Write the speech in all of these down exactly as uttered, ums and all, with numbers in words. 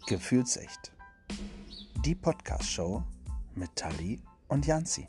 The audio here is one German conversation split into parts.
Gefühlsecht. Die Podcast-Show mit Tali und Janzi.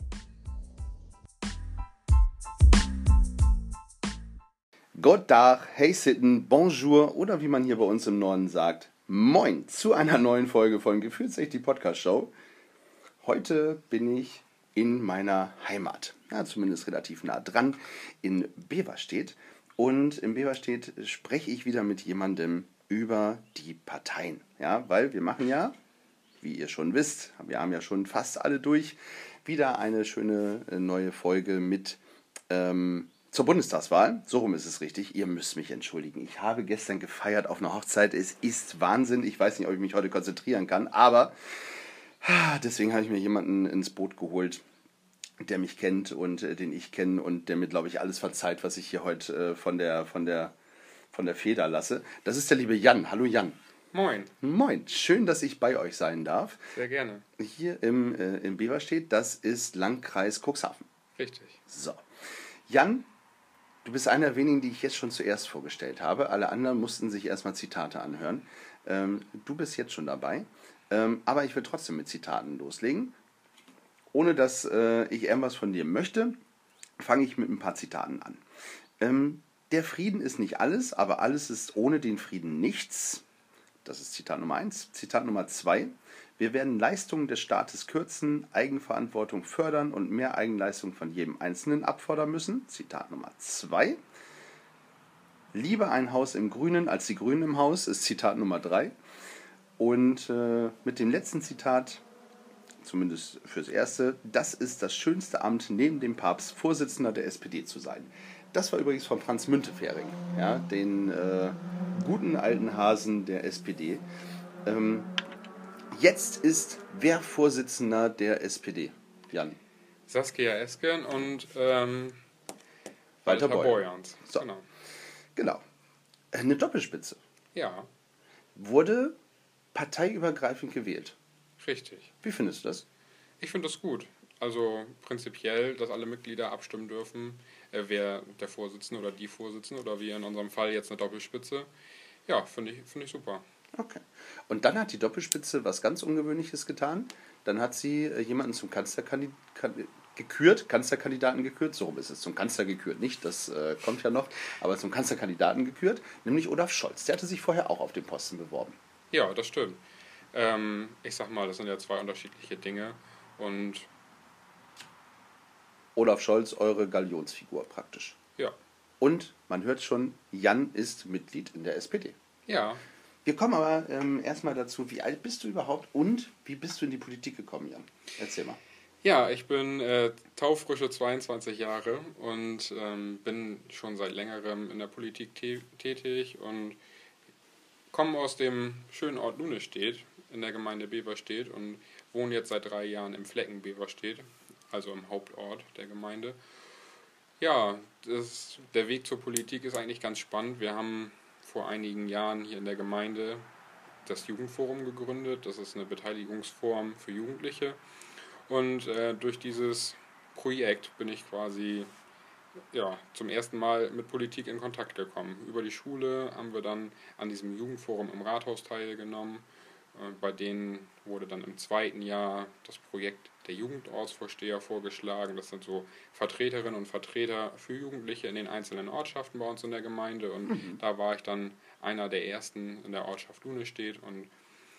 Gott Tag, hey Sitten, bonjour oder wie man hier bei uns im Norden sagt, moin zu einer neuen Folge von Gefühlsecht, die Podcast-Show. Heute bin ich in meiner Heimat, ja, zumindest relativ nah dran, in Beverstedt. Und in Beverstedt spreche ich wieder mit jemandem über die Parteien. Ja, weil wir machen ja, wie ihr schon wisst, wir haben ja schon fast alle durch, wieder eine schöne neue Folge mit ähm, zur Bundestagswahl. So rum ist es richtig. Ihr müsst mich entschuldigen. Ich habe gestern gefeiert auf einer Hochzeit. Es ist Wahnsinn. Ich weiß nicht, ob ich mich heute konzentrieren kann, aber deswegen habe ich mir jemanden ins Boot geholt, der mich kennt und äh, den ich kenne und der mir, glaube ich, alles verzeiht, was ich hier heute äh, von der, von der, von der Feder lasse. Das ist der liebe Jan. Hallo Jan. Moin. Moin. Schön, dass ich bei euch sein darf. Sehr gerne. Hier im, äh, in Beverstedt, das ist Landkreis Cuxhaven. Richtig. So. Jan, du bist einer der wenigen, die ich jetzt schon zuerst vorgestellt habe. Alle anderen mussten sich erstmal Zitate anhören. Ähm, du bist jetzt schon dabei. Ähm, aber ich will trotzdem mit Zitaten loslegen. Ohne dass äh, ich irgendwas von dir möchte, fange ich mit ein paar Zitaten an. Ähm, der Frieden ist nicht alles, aber alles ist ohne den Frieden nichts. Das ist Zitat Nummer eins. Zitat Nummer zwei. Wir werden Leistungen des Staates kürzen, Eigenverantwortung fördern und mehr Eigenleistung von jedem Einzelnen abfordern müssen. Zitat Nummer zwei. Lieber ein Haus im Grünen als die Grünen im Haus ist Zitat Nummer drei. Und äh, mit dem letzten Zitat, zumindest fürs Erste, das ist das schönste Amt neben dem Papst, Vorsitzender der S P D zu sein. Das war übrigens von Franz Müntefering, ja, den äh, guten alten Hasen der S P D. Ähm, jetzt ist wer Vorsitzender der S P D? Jan? Saskia Esken und ähm, Walter, Walter Borjans. So. Genau. Genau. Eine Doppelspitze. Ja, Wurde parteiübergreifend gewählt. richtig. Wie findest du das? Ich finde das gut. Also prinzipiell, dass alle Mitglieder abstimmen dürfen, äh, wer der Vorsitzende oder die Vorsitzende oder wie in unserem Fall jetzt eine Doppelspitze. Ja, finde ich, finde ich super. Okay. Und dann hat die Doppelspitze was ganz Ungewöhnliches getan. Dann hat sie äh, jemanden zum Kanzlerkandidaten gekürt, Kanzlerkandidaten gekürt, so rum ist es, zum Kanzler gekürt, nicht, das äh, kommt ja noch, aber zum Kanzlerkandidaten gekürt, nämlich Olaf Scholz. Der hatte sich vorher auch auf den Posten beworben. Ja, das stimmt. Ähm, ich sag mal, das sind ja zwei unterschiedliche Dinge und Olaf Scholz, eure Galionsfigur praktisch. ja. Und man hört schon, Jan ist Mitglied in der S P D. Ja, Wir kommen aber ähm, erstmal dazu, wie alt bist du überhaupt und wie bist du in die Politik gekommen, Jan? Erzähl mal. Ja, ich bin äh, taufrische zweiundzwanzig Jahre und ähm, bin schon seit längerem in der Politik tä- tätig und komme aus dem schönen Ort Lunestedt in der Gemeinde Beverstedt und wohne jetzt seit drei Jahren im Flecken Beverstedt, also im Hauptort der Gemeinde. Ja, das, der Weg zur Politik ist eigentlich ganz spannend. Wir haben vor einigen Jahren hier in der Gemeinde das Jugendforum gegründet. Das ist eine Beteiligungsform für Jugendliche. Und äh, durch dieses Projekt bin ich quasi ja, zum ersten Mal mit Politik in Kontakt gekommen. Über die Schule haben wir dann an diesem Jugendforum im Rathaus teilgenommen. Äh, bei denen wurde dann im zweiten Jahr das Projekt der Jugendortsvorsteher vorgeschlagen. Das sind so Vertreterinnen und Vertreter für Jugendliche in den einzelnen Ortschaften bei uns in der Gemeinde. Und mhm. da war ich dann einer der ersten in der Ortschaft Lunestedt und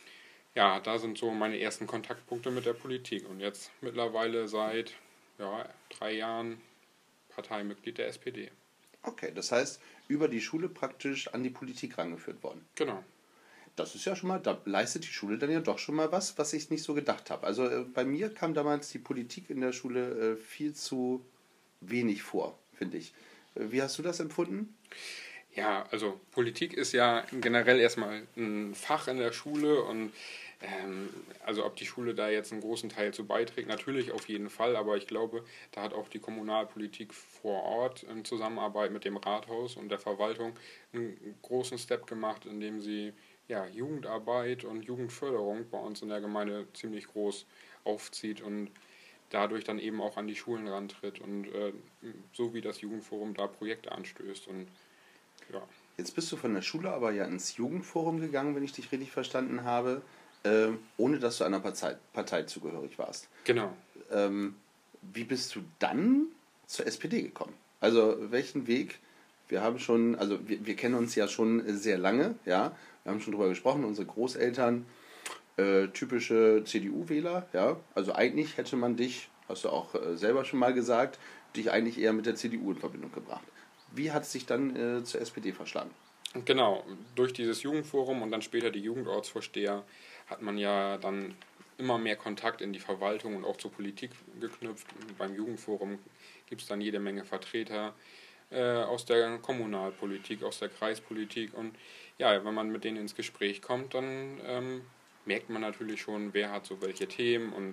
ja, da sind so meine ersten Kontaktpunkte mit der Politik und jetzt mittlerweile seit ja, drei Jahren Parteimitglied der S P D. Okay, das heißt, über die Schule praktisch an die Politik rangeführt worden. Genau. Das ist ja schon mal, da leistet die Schule dann ja doch schon mal was, was ich nicht so gedacht habe. Also äh, bei mir kam damals die Politik in der Schule äh, viel zu wenig vor, finde ich. Äh, wie hast du das empfunden? Ja, also Politik ist ja generell erstmal ein Fach in der Schule und ähm, also ob die Schule da jetzt einen großen Teil zu beiträgt, natürlich auf jeden Fall, aber ich glaube, da hat auch die Kommunalpolitik vor Ort in Zusammenarbeit mit dem Rathaus und der Verwaltung einen großen Step gemacht, indem sie ja, Jugendarbeit und Jugendförderung bei uns in der Gemeinde ziemlich groß aufzieht und dadurch dann eben auch an die Schulen rantritt und äh, so wie das Jugendforum da Projekte anstößt und ja. Jetzt bist du von der Schule aber ja ins Jugendforum gegangen, wenn ich dich richtig verstanden habe, äh, ohne dass du einer Partei, Partei zugehörig warst. Genau. Ähm, wie bist du dann zur S P D gekommen? Also welchen Weg? Wir haben schon, also wir, wir kennen uns ja schon sehr lange, ja. Wir haben schon drüber gesprochen, unsere Großeltern, äh, typische C D U-Wähler, ja. Also eigentlich hätte man dich, hast du auch äh, selber schon mal gesagt, dich eigentlich eher mit der C D U in Verbindung gebracht. Wie hat es sich dann äh, zur S P D verschlagen? Genau, durch dieses Jugendforum und dann später die Jugendortsvorsteher hat man ja dann immer mehr Kontakt in die Verwaltung und auch zur Politik geknüpft. Beim Jugendforum gibt es dann jede Menge Vertreter äh, aus der Kommunalpolitik, aus der Kreispolitik. Und ja, wenn man mit denen ins Gespräch kommt, dann ähm, merkt man natürlich schon, wer hat so welche Themen und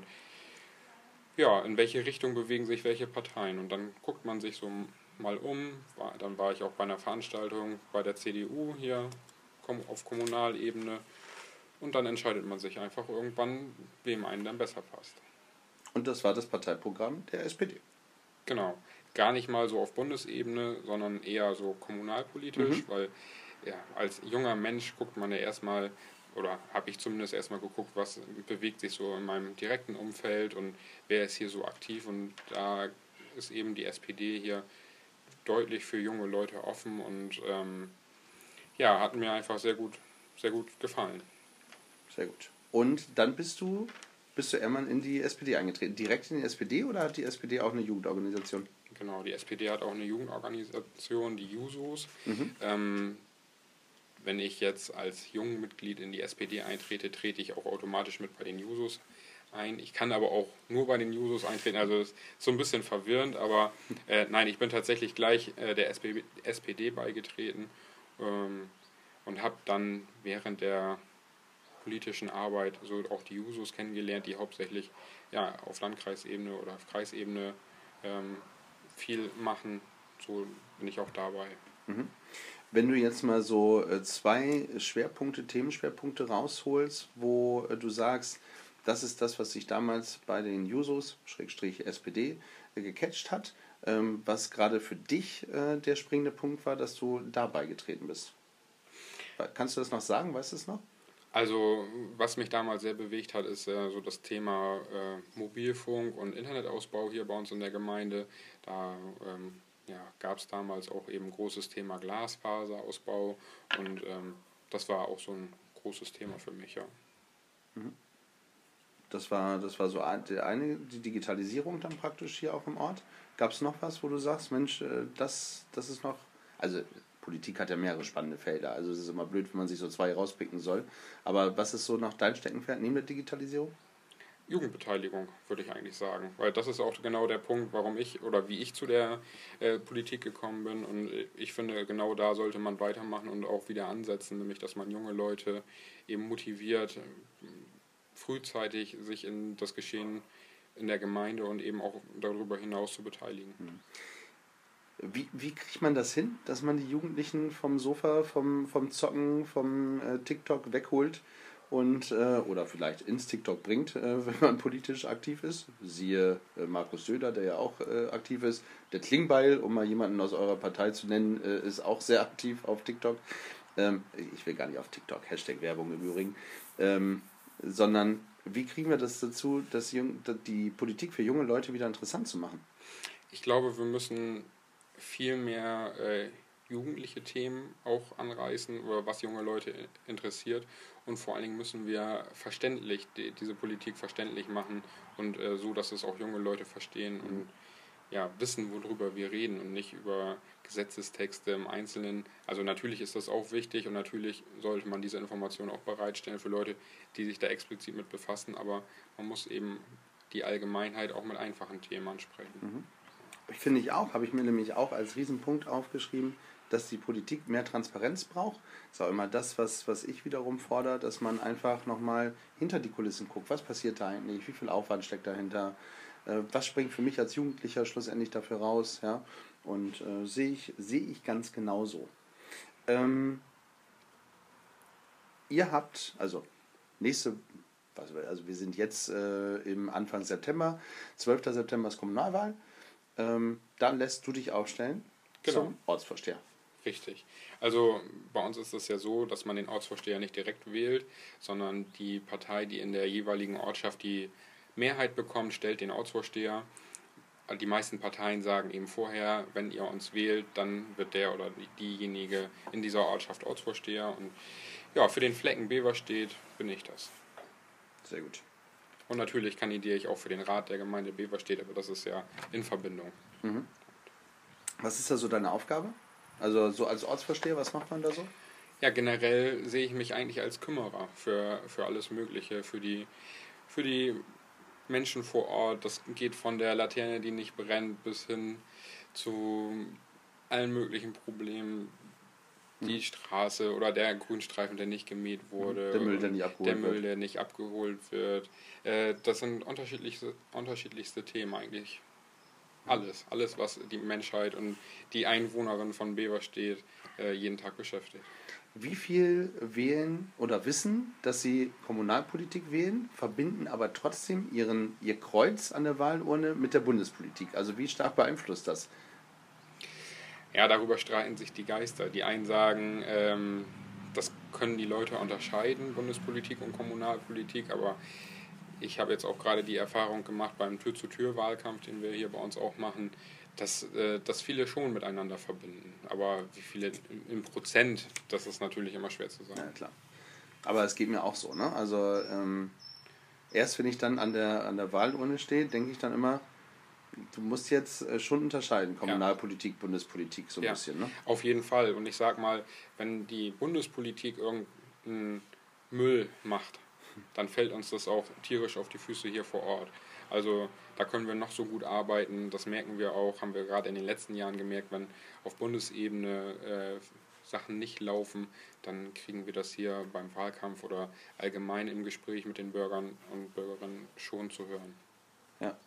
ja, in welche Richtung bewegen sich welche Parteien. Und dann guckt man sich so mal um. War, dann war ich auch bei einer Veranstaltung bei der C D U hier auf Kommunalebene. Und dann entscheidet man sich einfach irgendwann, wem einen dann besser passt. Und das war das Parteiprogramm der S P D. Genau. Gar nicht mal so auf Bundesebene, sondern eher so kommunalpolitisch, mhm. weil ja, als junger Mensch guckt man ja erstmal, oder habe ich zumindest erstmal geguckt, was bewegt sich so in meinem direkten Umfeld und wer ist hier so aktiv. Und da ist eben die S P D hier deutlich für junge Leute offen und ähm, ja, hat mir einfach sehr gut, sehr gut gefallen. Sehr gut. Und dann bist du, bist du irgendwann in die S P D eingetreten. Direkt in die S P D oder hat die S P D auch eine Jugendorganisation? Genau, die S P D hat auch eine Jugendorganisation, die Jusos. Mhm. Ähm, wenn ich jetzt als Jungmitglied in die S P D eintrete, trete ich auch automatisch mit bei den Jusos ein. Ich kann aber auch nur bei den Jusos eintreten, also das ist so ein bisschen verwirrend, aber äh, nein, ich bin tatsächlich gleich äh, der S P D beigetreten ähm, und habe dann während der politischen Arbeit so auch die Jusos kennengelernt, die hauptsächlich ja, auf Landkreisebene oder auf Kreisebene ähm, viel machen. So bin ich auch dabei. Mhm. Wenn du jetzt mal so zwei Schwerpunkte, Themenschwerpunkte rausholst, wo du sagst, das ist das, was sich damals bei den Jusos, Schrägstrich S P D, gecatcht hat, ähm, was gerade für dich äh, der springende Punkt war, dass du da beigetreten bist. Kannst du das noch sagen? Weißt du es noch? Also, was mich damals sehr bewegt hat, ist äh, so das Thema äh, Mobilfunk und Internetausbau hier bei uns in der Gemeinde. Da ähm, ja, gab es damals auch eben ein großes Thema Glasfaserausbau und ähm, das war auch so ein großes Thema für mich, ja. Das war, das war so eine, die Digitalisierung dann praktisch hier auch im Ort. Gab es noch was, wo du sagst, Mensch, das, das ist noch, also Politik hat ja mehrere spannende Felder, also es ist immer blöd, wenn man sich so zwei rauspicken soll. Aber was ist so noch dein Steckenpferd neben der Digitalisierung? Jugendbeteiligung, würde ich eigentlich sagen. Weil das ist auch genau der Punkt, warum ich oder wie ich zu der äh, Politik gekommen bin. Und ich finde, genau da sollte man weitermachen und auch wieder ansetzen, nämlich dass man junge Leute eben motiviert, frühzeitig sich in das Geschehen in der Gemeinde und eben auch darüber hinaus zu beteiligen. Wie, wie kriegt man das hin, dass man die Jugendlichen vom Sofa, vom, vom Zocken, vom äh, TikTok wegholt und äh, oder vielleicht ins TikTok bringt, äh, wenn man politisch aktiv ist? Siehe äh, Markus Söder, der ja auch äh, aktiv ist. Der Klingbeil, um mal jemanden aus eurer Partei zu nennen, äh, ist auch sehr aktiv auf TikTok. Ähm, ich will gar nicht auf TikTok, Hashtag Werbung im Übrigen. Ähm, sondern wie kriegen wir das dazu, dass die Politik für junge Leute wieder interessant zu machen? Ich glaube, wir müssen viel mehr äh, jugendliche Themen auch anreißen, oder was junge Leute interessiert. Und vor allen Dingen müssen wir verständlich die, diese Politik verständlich machen und äh, so, dass es auch junge Leute verstehen und ja, wissen, worüber wir reden und nicht über Gesetzestexte im Einzelnen. Also natürlich ist das auch wichtig und natürlich sollte man diese Informationen auch bereitstellen für Leute, die sich da explizit mit befassen, aber man muss eben die Allgemeinheit auch mit einfachen Themen ansprechen. Mhm. Ich finde ich auch, habe ich mir nämlich auch als Riesenpunkt aufgeschrieben, dass die Politik mehr Transparenz braucht. Das ist auch immer das, was, was ich wiederum fordere, dass man einfach nochmal hinter die Kulissen guckt. Was passiert da eigentlich? Wie viel Aufwand steckt dahinter? Äh, was springt für mich als Jugendlicher schlussendlich dafür raus? Ja? Und äh, sehe ich, sehe ich ganz genauso. Ähm, ihr habt, also nächste, also wir sind jetzt äh, im Anfang September, zwölfter September ist Kommunalwahl. Ähm, dann lässt du dich aufstellen genau. zum Ortsvorsteher. Richtig. Also bei uns ist es ja so, dass man den Ortsvorsteher nicht direkt wählt, sondern die Partei, die in der jeweiligen Ortschaft die Mehrheit bekommt, stellt den Ortsvorsteher. Die meisten Parteien sagen eben vorher, wenn ihr uns wählt, dann wird der oder diejenige in dieser Ortschaft Ortsvorsteher. Und ja, für den Flecken Beverstedt bin ich das. Sehr gut. Und natürlich kandidiere ich auch für den Rat der Gemeinde Beverstedt, aber das ist ja in Verbindung. Mhm. Was ist da so deine Aufgabe? Also so als Ortsvorsteher, was macht man da so? Ja, generell sehe ich mich eigentlich als Kümmerer für, für alles Mögliche, für die, für die Menschen vor Ort. Das geht von der Laterne, die nicht brennt, bis hin zu allen möglichen Problemen. Die Straße oder der Grünstreifen, der nicht gemäht wurde. Der Müll, der nicht abgeholt der Müll, wird. der nicht abgeholt wird. Äh, das sind unterschiedlichste, unterschiedlichste Themen eigentlich. Alles, alles, was die Menschheit und die Einwohnerin von Beverstedt äh, jeden Tag beschäftigt. Wie viel wählen oder wissen, dass sie Kommunalpolitik wählen, verbinden aber trotzdem ihren, ihr Kreuz an der Wahlurne mit der Bundespolitik? Also wie stark beeinflusst das? Ja, darüber streiten sich die Geister. Die einen sagen, ähm, das können die Leute unterscheiden, Bundespolitik und Kommunalpolitik, aber ich habe jetzt auch gerade die Erfahrung gemacht beim Tür-zu-Tür-Wahlkampf, den wir hier bei uns auch machen, dass, äh, dass viele schon miteinander verbinden. Aber wie viele im Prozent, das ist natürlich immer schwer zu sagen. Ja, klar. Aber es geht mir auch so, ne? Also ähm, erst wenn ich dann an der, an der Wahlurne stehe, denke ich dann immer, du musst jetzt äh, schon unterscheiden, Kommunalpolitik, ja. Bundespolitik, so ein ja, bisschen, ne? Auf jeden Fall. Und ich sag mal, wenn die Bundespolitik irgendeinen Müll macht, dann fällt uns das auch tierisch auf die Füße hier vor Ort. Also da können wir noch so gut arbeiten, das merken wir auch, haben wir gerade in den letzten Jahren gemerkt, wenn auf Bundesebene äh, Sachen nicht laufen, dann kriegen wir das hier beim Wahlkampf oder allgemein im Gespräch mit den Bürgern und Bürgerinnen schon zu hören. Ja.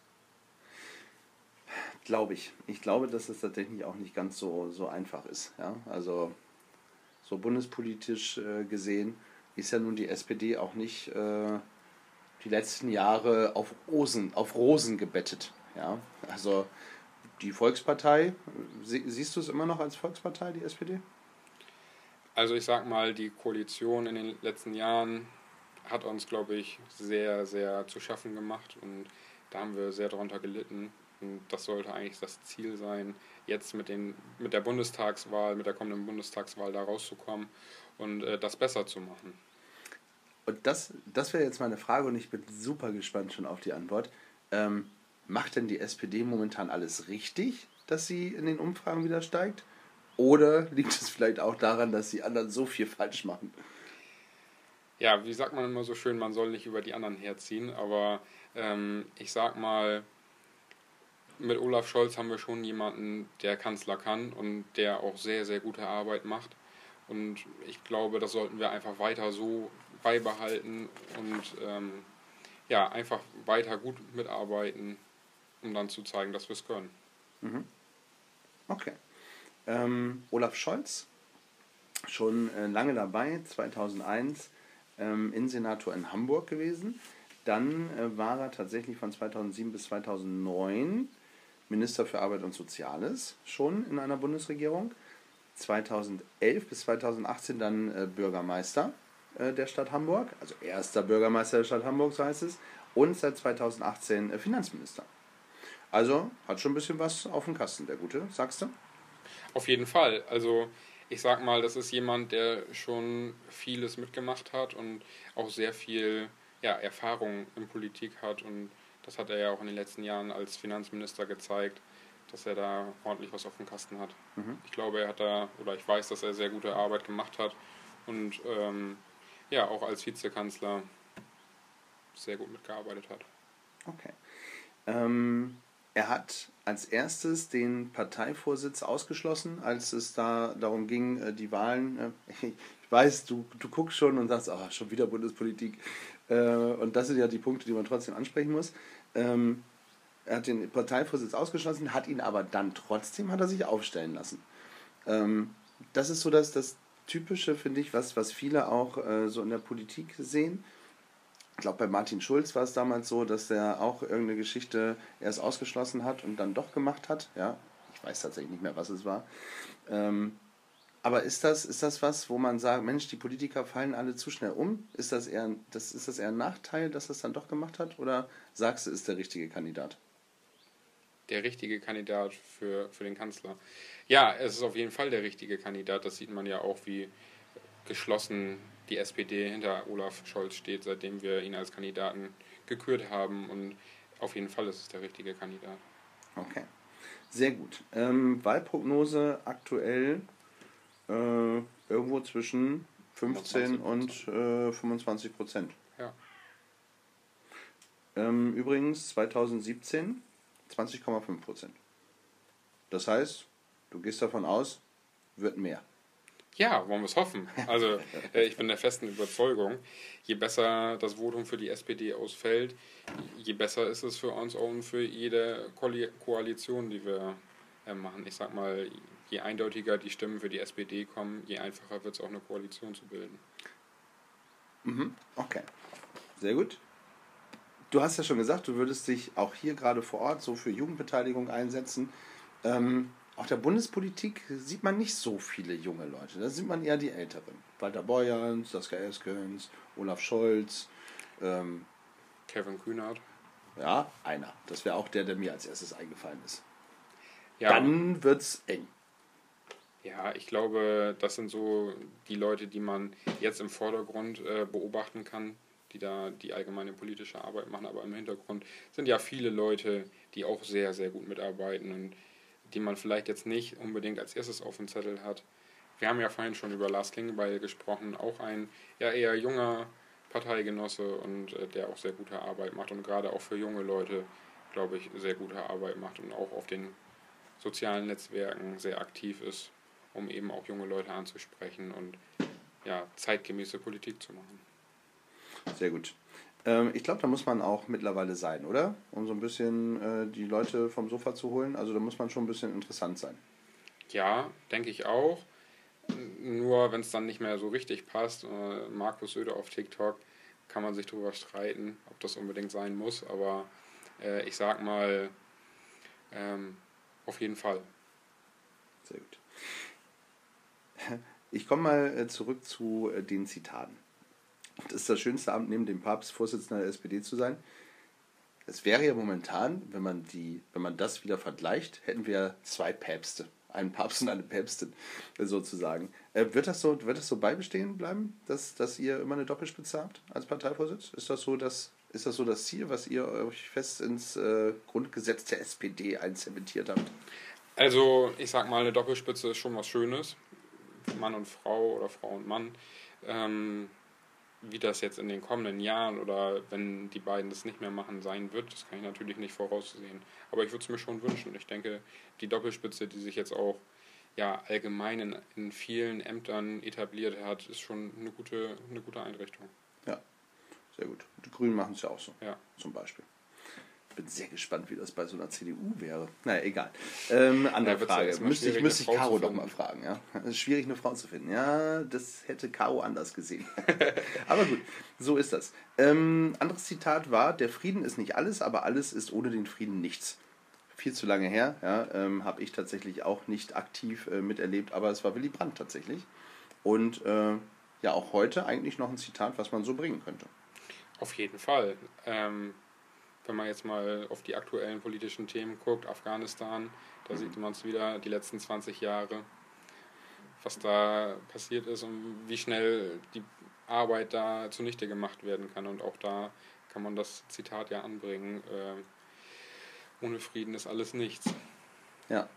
Glaube ich. Ich glaube, dass es tatsächlich auch nicht ganz so, so einfach ist. Ja? Also so bundespolitisch äh, gesehen ist ja nun die S P D auch nicht äh, die letzten Jahre auf Rosen, auf Rosen gebettet. Ja? Also die Volkspartei, sie, siehst du es immer noch als Volkspartei, die S P D? Also ich sag mal, die Koalition in den letzten Jahren hat uns, glaube ich, sehr, sehr zu schaffen gemacht und da haben wir sehr darunter gelitten. Und das sollte eigentlich das Ziel sein, jetzt mit, den, mit der Bundestagswahl, mit der kommenden Bundestagswahl da rauszukommen und äh, das besser zu machen. Und das, das wäre jetzt meine Frage und ich bin super gespannt schon auf die Antwort. Ähm, macht denn die S P D momentan alles richtig, dass sie in den Umfragen wieder steigt? Oder liegt es vielleicht auch daran, dass die anderen so viel falsch machen? Ja, wie sagt man immer so schön, man soll nicht über die anderen herziehen, aber ähm, ich sag mal, mit Olaf Scholz haben wir schon jemanden, der Kanzler kann und der auch sehr, sehr gute Arbeit macht. Und ich glaube, das sollten wir einfach weiter so beibehalten und ähm, ja, einfach weiter gut mitarbeiten, um dann zu zeigen, dass wir es können. Mhm. Okay. Ähm, Olaf Scholz, schon äh, lange dabei, zweitausendeins ähm, Innensenator in Hamburg gewesen. Dann äh, war er tatsächlich von zweitausendsieben bis zweitausendneun Minister für Arbeit und Soziales, schon in einer Bundesregierung. zweitausendelf bis zweitausendachtzehn dann äh, Bürgermeister äh, der Stadt Hamburg, also erster Bürgermeister der Stadt Hamburg, so heißt es, und seit zweitausendachtzehn äh, Finanzminister. Also hat schon ein bisschen was auf dem Kasten, der Gute, sagst du? Auf jeden Fall. Also ich sag mal, das ist jemand, der schon vieles mitgemacht hat und auch sehr viel ja, Erfahrung in Politik hat und das hat er ja auch in den letzten Jahren als Finanzminister gezeigt, dass er da ordentlich was auf dem Kasten hat. Mhm. Ich glaube, er hat da, oder ich weiß, dass er sehr gute Arbeit gemacht hat und ähm, ja, auch als Vizekanzler sehr gut mitgearbeitet hat. Okay. Ähm, er hat als erstes den Parteivorsitz ausgeschlossen, als es da darum ging, die Wahlen, äh, ich weiß, du, du guckst schon und sagst, ah, schon wieder Bundespolitik. Äh, und das sind ja die Punkte, die man trotzdem ansprechen muss. Ähm, er hat den Parteivorsitz ausgeschlossen, hat ihn aber dann trotzdem, hat er sich aufstellen lassen. Ähm, das ist so das, das Typische, finde ich, was, was viele auch äh, so in der Politik sehen. Ich glaube, bei Martin Schulz war es damals so, dass er auch irgendeine Geschichte erst ausgeschlossen hat und dann doch gemacht hat. Ja, ich weiß tatsächlich nicht mehr, was es war. Ähm, Aber ist das, ist das was, wo man sagt, Mensch, die Politiker fallen alle zu schnell um? Ist das eher, das, ist das eher ein Nachteil, dass er es dann doch gemacht hat? Oder sagst du, ist der richtige Kandidat? Der richtige Kandidat für, für den Kanzler. Ja, es ist auf jeden Fall der richtige Kandidat. Das sieht man ja auch, wie geschlossen die S P D hinter Olaf Scholz steht, seitdem wir ihn als Kandidaten gekürt haben. Und auf jeden Fall ist es der richtige Kandidat. Okay, sehr gut. Ähm, Wahlprognose aktuell äh, irgendwo zwischen fünfzehn und äh, fünfundzwanzig Prozent. Ja. Ähm, übrigens zweitausendsiebzehn zwanzig Komma fünf Prozent. Das heißt, du gehst davon aus, wird mehr. Ja, wollen wir es hoffen. Also äh, ich bin der festen Überzeugung, je besser das Votum für die S P D ausfällt, je besser ist es für uns und für jede Koali- Koalition, die wir äh, machen. Ich sag mal, je eindeutiger die Stimmen für die S P D kommen, je einfacher wird es auch eine Koalition zu bilden. Mhm. Okay, sehr gut. Du hast ja schon gesagt, du würdest dich auch hier gerade vor Ort so für Jugendbeteiligung einsetzen. Ähm, auf der Bundespolitik sieht man nicht so viele junge Leute. Da sieht man eher die Älteren. Walter Borjans, Saskia Esken, Olaf Scholz. Ähm, Kevin Kühnert. ja, einer. Das wäre auch der, der mir als erstes eingefallen ist. Ja, Dann wird's eng. ja, ich glaube, das sind so die Leute, die man jetzt im Vordergrund äh, beobachten kann, die da die allgemeine politische Arbeit machen, aber im Hintergrund sind ja viele Leute, die auch sehr, sehr gut mitarbeiten und die man vielleicht jetzt nicht unbedingt als erstes auf dem Zettel hat. Wir haben ja vorhin schon über Lars Klingbeil gesprochen, auch ein ja eher junger Parteigenosse und äh, der auch sehr gute Arbeit macht und gerade auch für junge Leute, glaube ich, sehr gute Arbeit macht und auch auf den sozialen Netzwerken sehr aktiv ist, um eben auch junge Leute anzusprechen und ja, zeitgemäße Politik zu machen. Sehr gut. Ähm, ich glaube, da muss man auch mittlerweile sein, oder? Um so ein bisschen äh, die Leute vom Sofa zu holen. Also da muss man schon ein bisschen interessant sein. Ja, denke ich auch. Nur wenn es dann nicht mehr so richtig passt, äh, Markus Söder auf TikTok, kann man sich darüber streiten, ob das unbedingt sein muss. Aber äh, ich sag mal, ähm, auf jeden Fall. Sehr gut. Ich komme mal äh, zurück zu äh, den Zitaten. Das ist das schönste Amt neben dem Papst, Vorsitzender der S P D zu sein. Es wäre ja momentan, wenn man, die, wenn man das wieder vergleicht, hätten wir zwei Päpste. Einen Papst und eine Päpstin, äh, sozusagen. Äh, wird, das so, wird das so beibestehen bleiben, dass, dass ihr immer eine Doppelspitze habt als Parteivorsitz? Ist das so das, ist das, so das Ziel, was ihr euch fest ins äh, Grundgesetz der S P D einzementiert habt? Also ich sag mal, eine Doppelspitze ist schon was Schönes. Mann und Frau oder Frau und Mann. Ähm, wie das jetzt in den kommenden Jahren oder wenn die beiden das nicht mehr machen sein wird, das kann ich natürlich nicht voraussehen. Aber ich würde es mir schon wünschen. Ich denke, die Doppelspitze, die sich jetzt auch ja, allgemein in, in vielen Ämtern etabliert hat, ist schon eine gute, eine gute Einrichtung. Ja, sehr gut. Die Grünen machen es ja auch so, ja. Zum Beispiel. Ich bin sehr gespannt, wie das bei so einer C D U wäre. Naja, egal. Ähm, andere ja, Frage. Ja müsste ich, müsste ich Caro doch mal fragen. Ja? Es ist schwierig, eine Frau zu finden. Ja, das hätte Caro anders gesehen. Aber gut, so ist das. Ähm, anderes Zitat war, der Frieden ist nicht alles, aber alles ist ohne den Frieden nichts. Viel zu lange her, ja, ähm, habe ich tatsächlich auch nicht aktiv äh, miterlebt, aber es war Willy Brandt tatsächlich. Und äh, ja, auch heute eigentlich noch ein Zitat, was man so bringen könnte. Auf jeden Fall. Ähm, wenn man jetzt mal auf die aktuellen politischen Themen guckt, Afghanistan, da mhm. sieht man es wieder, die letzten zwanzig Jahre, was da passiert ist und wie schnell die Arbeit da zunichte gemacht werden kann. Und auch da kann man das Zitat ja anbringen, äh, ohne Frieden ist alles nichts. Ja.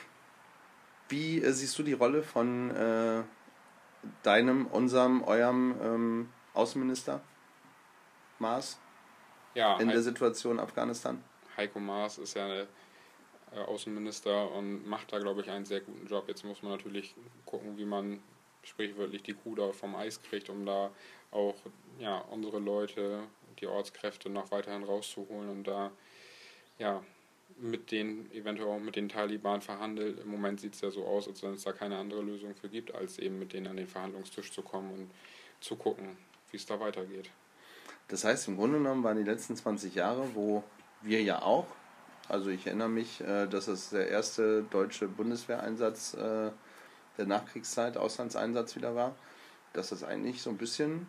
Wie äh, siehst du die Rolle von äh, deinem, unserem, eurem ähm, Außenminister Maas ja, in He- der Situation Afghanistan? Heiko Maas ist ja äh, Außenminister und macht da, glaube ich, einen sehr guten Job. Jetzt muss man natürlich gucken, wie man sprichwörtlich die Kuh da vom Eis kriegt, um da auch ja, unsere Leute, die Ortskräfte noch weiterhin rauszuholen und da ja, mit den, eventuell auch mit den Taliban verhandelt. Im Moment sieht es ja so aus, als wenn es da keine andere Lösung für gibt, als eben mit denen an den Verhandlungstisch zu kommen und zu gucken, wie es da weitergeht. Das heißt, im Grunde genommen waren die letzten zwanzig Jahre, wo wir ja auch, also ich erinnere mich, dass es der erste deutsche Bundeswehreinsatz der Nachkriegszeit, Auslandseinsatz wieder war, dass das eigentlich so ein bisschen,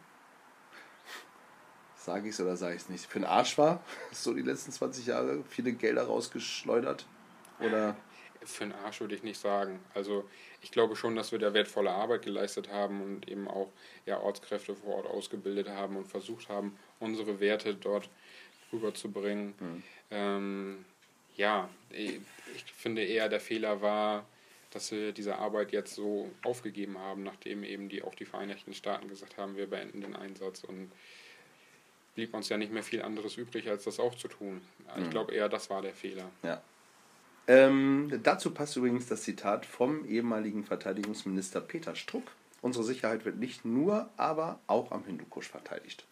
sage ich es oder sage ich es nicht, für den Arsch war, so die letzten zwanzig Jahre, viele Gelder rausgeschleudert? Oder? Für den Arsch würde ich nicht sagen. Also ich glaube schon, dass wir da wertvolle Arbeit geleistet haben und eben auch ja, Ortskräfte vor Ort ausgebildet haben und versucht haben, unsere Werte dort rüberzubringen. Mhm. Ähm, ja, ich, ich finde eher, der Fehler war, dass wir diese Arbeit jetzt so aufgegeben haben, nachdem eben die auch die Vereinigten Staaten gesagt haben, wir beenden den Einsatz, und blieb uns ja nicht mehr viel anderes übrig, als das auch zu tun. Ich glaube eher, das war der Fehler. Ja. Ähm, dazu passt übrigens das Zitat vom ehemaligen Verteidigungsminister Peter Struck. Unsere Sicherheit wird nicht nur, aber auch am Hindukusch verteidigt.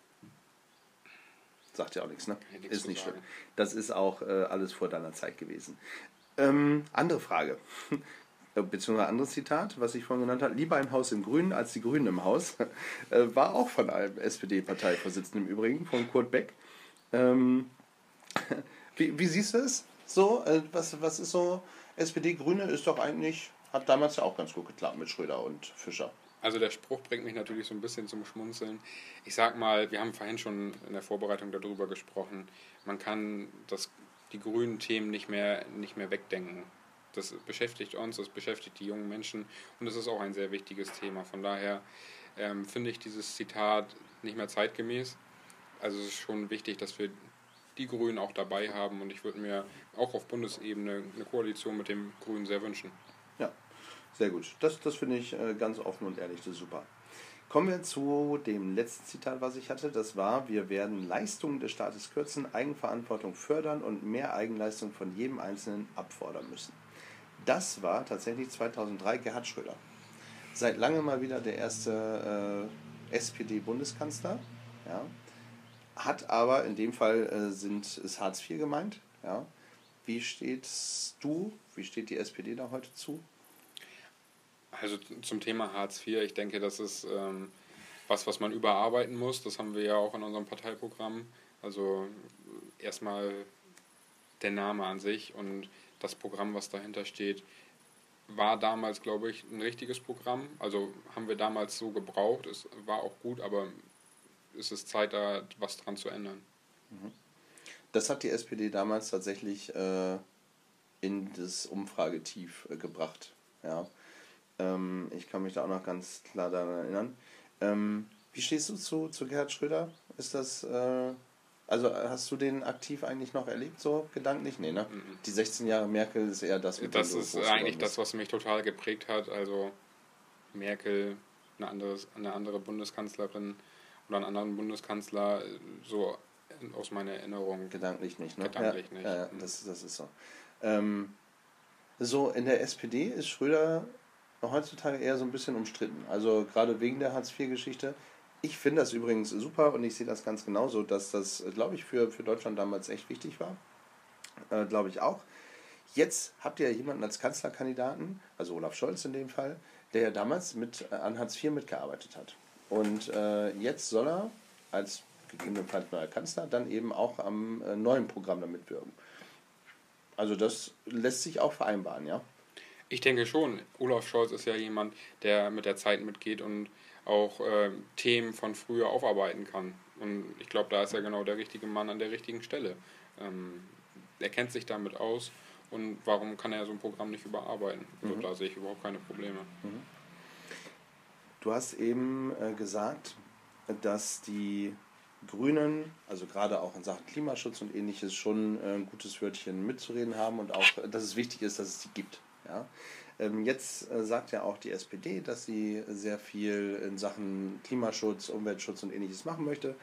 Sagt ja auch nichts, ne? Ja, ist nicht schlimm. Das ist auch äh, alles vor deiner Zeit gewesen. Ähm, andere Frage. Beziehungsweise anderes Zitat, was ich vorhin genannt habe. Lieber ein Haus im Grünen als die Grünen im Haus. äh, war auch von einem S P D-Parteivorsitzenden im Übrigen, von Kurt Beck. Ähm, wie, wie siehst du es? So, äh, was, was ist so, S P D-Grüne ist doch eigentlich, hat damals ja auch ganz gut geklappt mit Schröder und Fischer. Also der Spruch bringt mich natürlich so ein bisschen zum Schmunzeln. Ich sag mal, wir haben vorhin schon in der Vorbereitung darüber gesprochen, man kann das, die grünen Themen nicht mehr, nicht mehr wegdenken. Das beschäftigt uns, das beschäftigt die jungen Menschen, und es ist auch ein sehr wichtiges Thema. Von daher ähm, finde ich dieses Zitat nicht mehr zeitgemäß. Also es ist schon wichtig, dass wir die Grünen auch dabei haben, und ich würde mir auch auf Bundesebene eine Koalition mit den Grünen sehr wünschen. Ja, sehr gut. Das, das finde ich äh, ganz offen und ehrlich, das ist super. Kommen wir zu dem letzten Zitat, was ich hatte. Das war: Wir werden Leistungen des Staates kürzen, Eigenverantwortung fördern und mehr Eigenleistung von jedem Einzelnen abfordern müssen. Das war tatsächlich zweitausenddrei Gerhard Schröder. Seit langem mal wieder der erste äh, S P D-Bundeskanzler. Ja. Hat aber, in dem Fall äh, sind, ist Hartz vier gemeint. Ja. Wie stehst du, wie steht die S P D da heute zu? Also zum Thema Hartz vier, ich denke, das ist ähm, was, was man überarbeiten muss. Das haben wir ja auch in unserem Parteiprogramm. Also erstmal der Name an sich und das Programm, was dahinter steht, war damals, glaube ich, ein richtiges Programm. Also haben wir damals so gebraucht. Es war auch gut, aber es ist Zeit, da was dran zu ändern. Das hat die S P D damals tatsächlich äh, in das Umfragetief äh, gebracht. Ja. Ähm, ich kann mich da auch noch ganz klar daran erinnern. Ähm, wie stehst du zu, zu Gerhard Schröder? Ist das... Äh, Also hast du den aktiv eigentlich noch erlebt, so gedanklich? Nee, ne? Mhm. Die sechzehn Jahre Merkel ist eher das, mit Das ist eigentlich das, was mich total geprägt hat. Also Merkel, eine andere, eine andere Bundeskanzlerin oder einen anderen Bundeskanzler, so aus meiner Erinnerung. Gedanklich nicht, ne? Gedanklich ja, nicht. Ja, das, das ist so. Ähm, so, in der S P D ist Schröder heutzutage eher so ein bisschen umstritten. Also gerade wegen der Hartz vier Geschichte. Ich finde das übrigens super und ich sehe das ganz genauso, dass das, glaube ich, für, für Deutschland damals echt wichtig war. Äh, glaube ich auch. Jetzt habt ihr jemanden als Kanzlerkandidaten, also Olaf Scholz in dem Fall, der ja damals mit, äh, an Hartz vier mitgearbeitet hat. Und äh, jetzt soll er als gegebenenfalls neuer Kanzler dann eben auch am äh, neuen Programm damit wirken. Also das lässt sich auch vereinbaren, ja? Ich denke schon. Olaf Scholz ist ja jemand, der mit der Zeit mitgeht und auch äh, Themen von früher aufarbeiten kann. Und ich glaube, da ist er genau der richtige Mann an der richtigen Stelle. Ähm, er kennt sich damit aus, und warum kann er so ein Programm nicht überarbeiten? Mhm. Also, da sehe ich überhaupt keine Probleme. Mhm. Du hast eben äh, gesagt, dass die Grünen, also gerade auch in Sachen Klimaschutz und ähnliches, schon äh, ein gutes Wörtchen mitzureden haben und auch, dass es wichtig ist, dass es die gibt. Ja? Jetzt sagt ja auch die S P D, dass sie sehr viel in Sachen Klimaschutz, Umweltschutz und ähnliches machen möchte.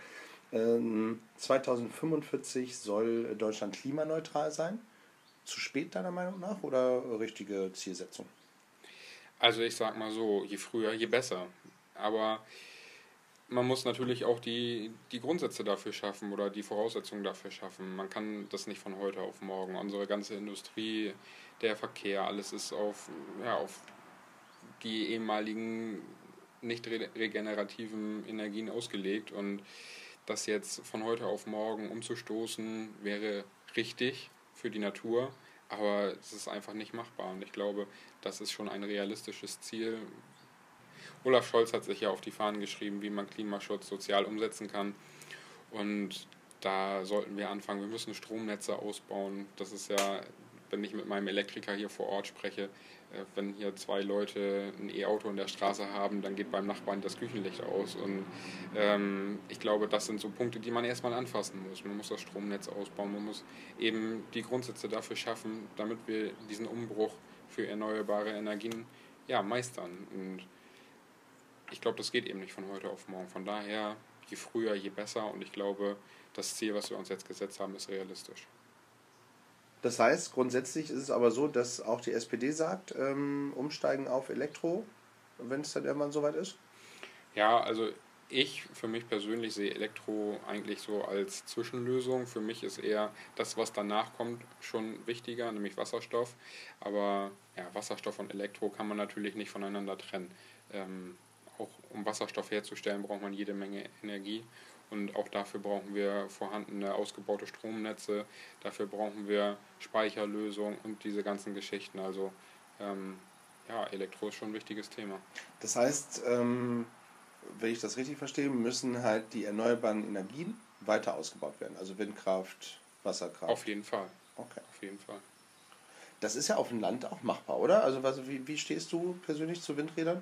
zweitausendfünfundvierzig soll Deutschland klimaneutral sein. Zu spät deiner Meinung nach oder richtige Zielsetzung? Also ich sag mal so, je früher, je besser. Aber man muss natürlich auch die, die Grundsätze dafür schaffen oder die Voraussetzungen dafür schaffen. Man kann das nicht von heute auf morgen. Unsere ganze Industrie, der Verkehr, alles ist auf, ja, auf die ehemaligen nicht regenerativen Energien ausgelegt. Und das jetzt von heute auf morgen umzustoßen, wäre richtig für die Natur, aber es ist einfach nicht machbar. Und ich glaube, das ist schon ein realistisches Ziel. Olaf Scholz hat sich ja auf die Fahnen geschrieben, wie man Klimaschutz sozial umsetzen kann. Und da sollten wir anfangen. Wir müssen Stromnetze ausbauen. Das ist ja, wenn ich mit meinem Elektriker hier vor Ort spreche, wenn hier zwei Leute ein E-Auto in der Straße haben, dann geht beim Nachbarn das Küchenlicht aus. Und ähm, ich glaube, das sind so Punkte, die man erstmal anfassen muss. Man muss das Stromnetz ausbauen, man muss eben die Grundsätze dafür schaffen, damit wir diesen Umbruch für erneuerbare Energien ja, meistern. Und ich glaube, das geht eben nicht von heute auf morgen. Von daher, je früher, je besser. Und ich glaube, das Ziel, was wir uns jetzt gesetzt haben, ist realistisch. Das heißt, grundsätzlich ist es aber so, dass auch die S P D sagt, ähm, umsteigen auf Elektro, wenn es dann irgendwann soweit ist? Ja, also ich für mich persönlich sehe Elektro eigentlich so als Zwischenlösung. Für mich ist eher das, was danach kommt, schon wichtiger, nämlich Wasserstoff. Aber ja, Wasserstoff und Elektro kann man natürlich nicht voneinander trennen. Ähm, auch um Wasserstoff herzustellen, braucht man jede Menge Energie. Und auch dafür brauchen wir vorhandene, ausgebaute Stromnetze, dafür brauchen wir Speicherlösungen und diese ganzen Geschichten. Also ähm, ja, Elektro ist schon ein wichtiges Thema. Das heißt, ähm, wenn ich das richtig verstehe, müssen halt die erneuerbaren Energien weiter ausgebaut werden. Also Windkraft, Wasserkraft. Auf jeden Fall. Okay. Auf jeden Fall. Das ist ja auf dem Land auch machbar, oder? Also was, wie, wie stehst du persönlich zu Windrädern?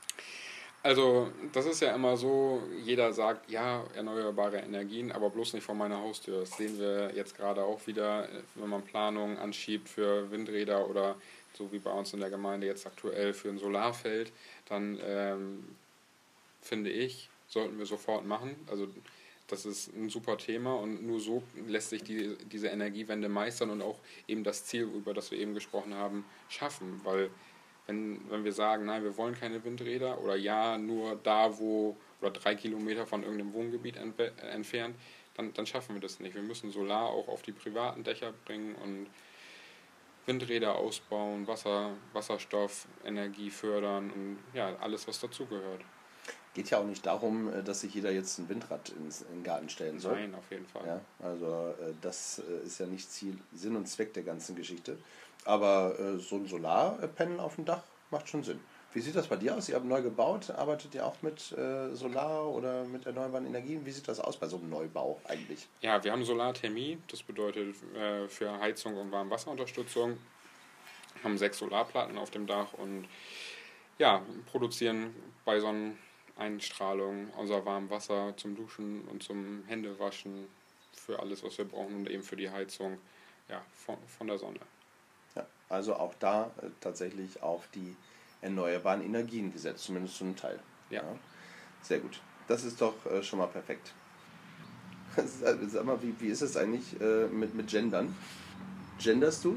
Also das ist ja immer so, jeder sagt, ja, erneuerbare Energien, aber bloß nicht vor meiner Haustür. Das sehen wir jetzt gerade auch wieder, wenn man Planungen anschiebt für Windräder oder so wie bei uns in der Gemeinde jetzt aktuell für ein Solarfeld, dann ähm, finde ich, sollten wir sofort machen. Also das ist ein super Thema und nur so lässt sich die, diese Energiewende meistern und auch eben das Ziel, über das wir eben gesprochen haben, schaffen, weil Wenn, wenn wir sagen, nein, wir wollen keine Windräder oder ja, nur da, wo oder drei Kilometer von irgendeinem Wohngebiet entbe- entfernt, dann, dann schaffen wir das nicht. Wir müssen Solar auch auf die privaten Dächer bringen und Windräder ausbauen, Wasser, Wasserstoff, Energie fördern und ja, alles, was dazugehört. Geht ja auch nicht darum, dass sich jeder jetzt ein Windrad ins, in den Garten stellen soll. Nein, auf jeden Fall. Ja, also das ist ja nicht Ziel, Sinn und Zweck der ganzen Geschichte. Aber äh, so ein Solarpanel auf dem Dach macht schon Sinn. Wie sieht das bei dir aus? Ihr habt neu gebaut, arbeitet ihr auch mit äh, Solar oder mit erneuerbaren Energien? Wie sieht das aus bei so einem Neubau eigentlich? Ja, wir haben Solarthermie, das bedeutet äh, für Heizung und Warmwasserunterstützung. Wir haben sechs Solarplatten auf dem Dach und ja, produzieren bei Sonneneinstrahlung unser warmes Wasser zum Duschen und zum Händewaschen für alles, was wir brauchen und eben für die Heizung ja, von, von der Sonne. Ja, also auch da äh, tatsächlich auf die erneuerbaren Energien gesetzt, zumindest zu einem Teil. Ja. Ja, sehr gut. Das ist doch äh, schon mal perfekt. Sag mal, wie, wie ist es eigentlich äh, mit, mit Gendern? Genderst du?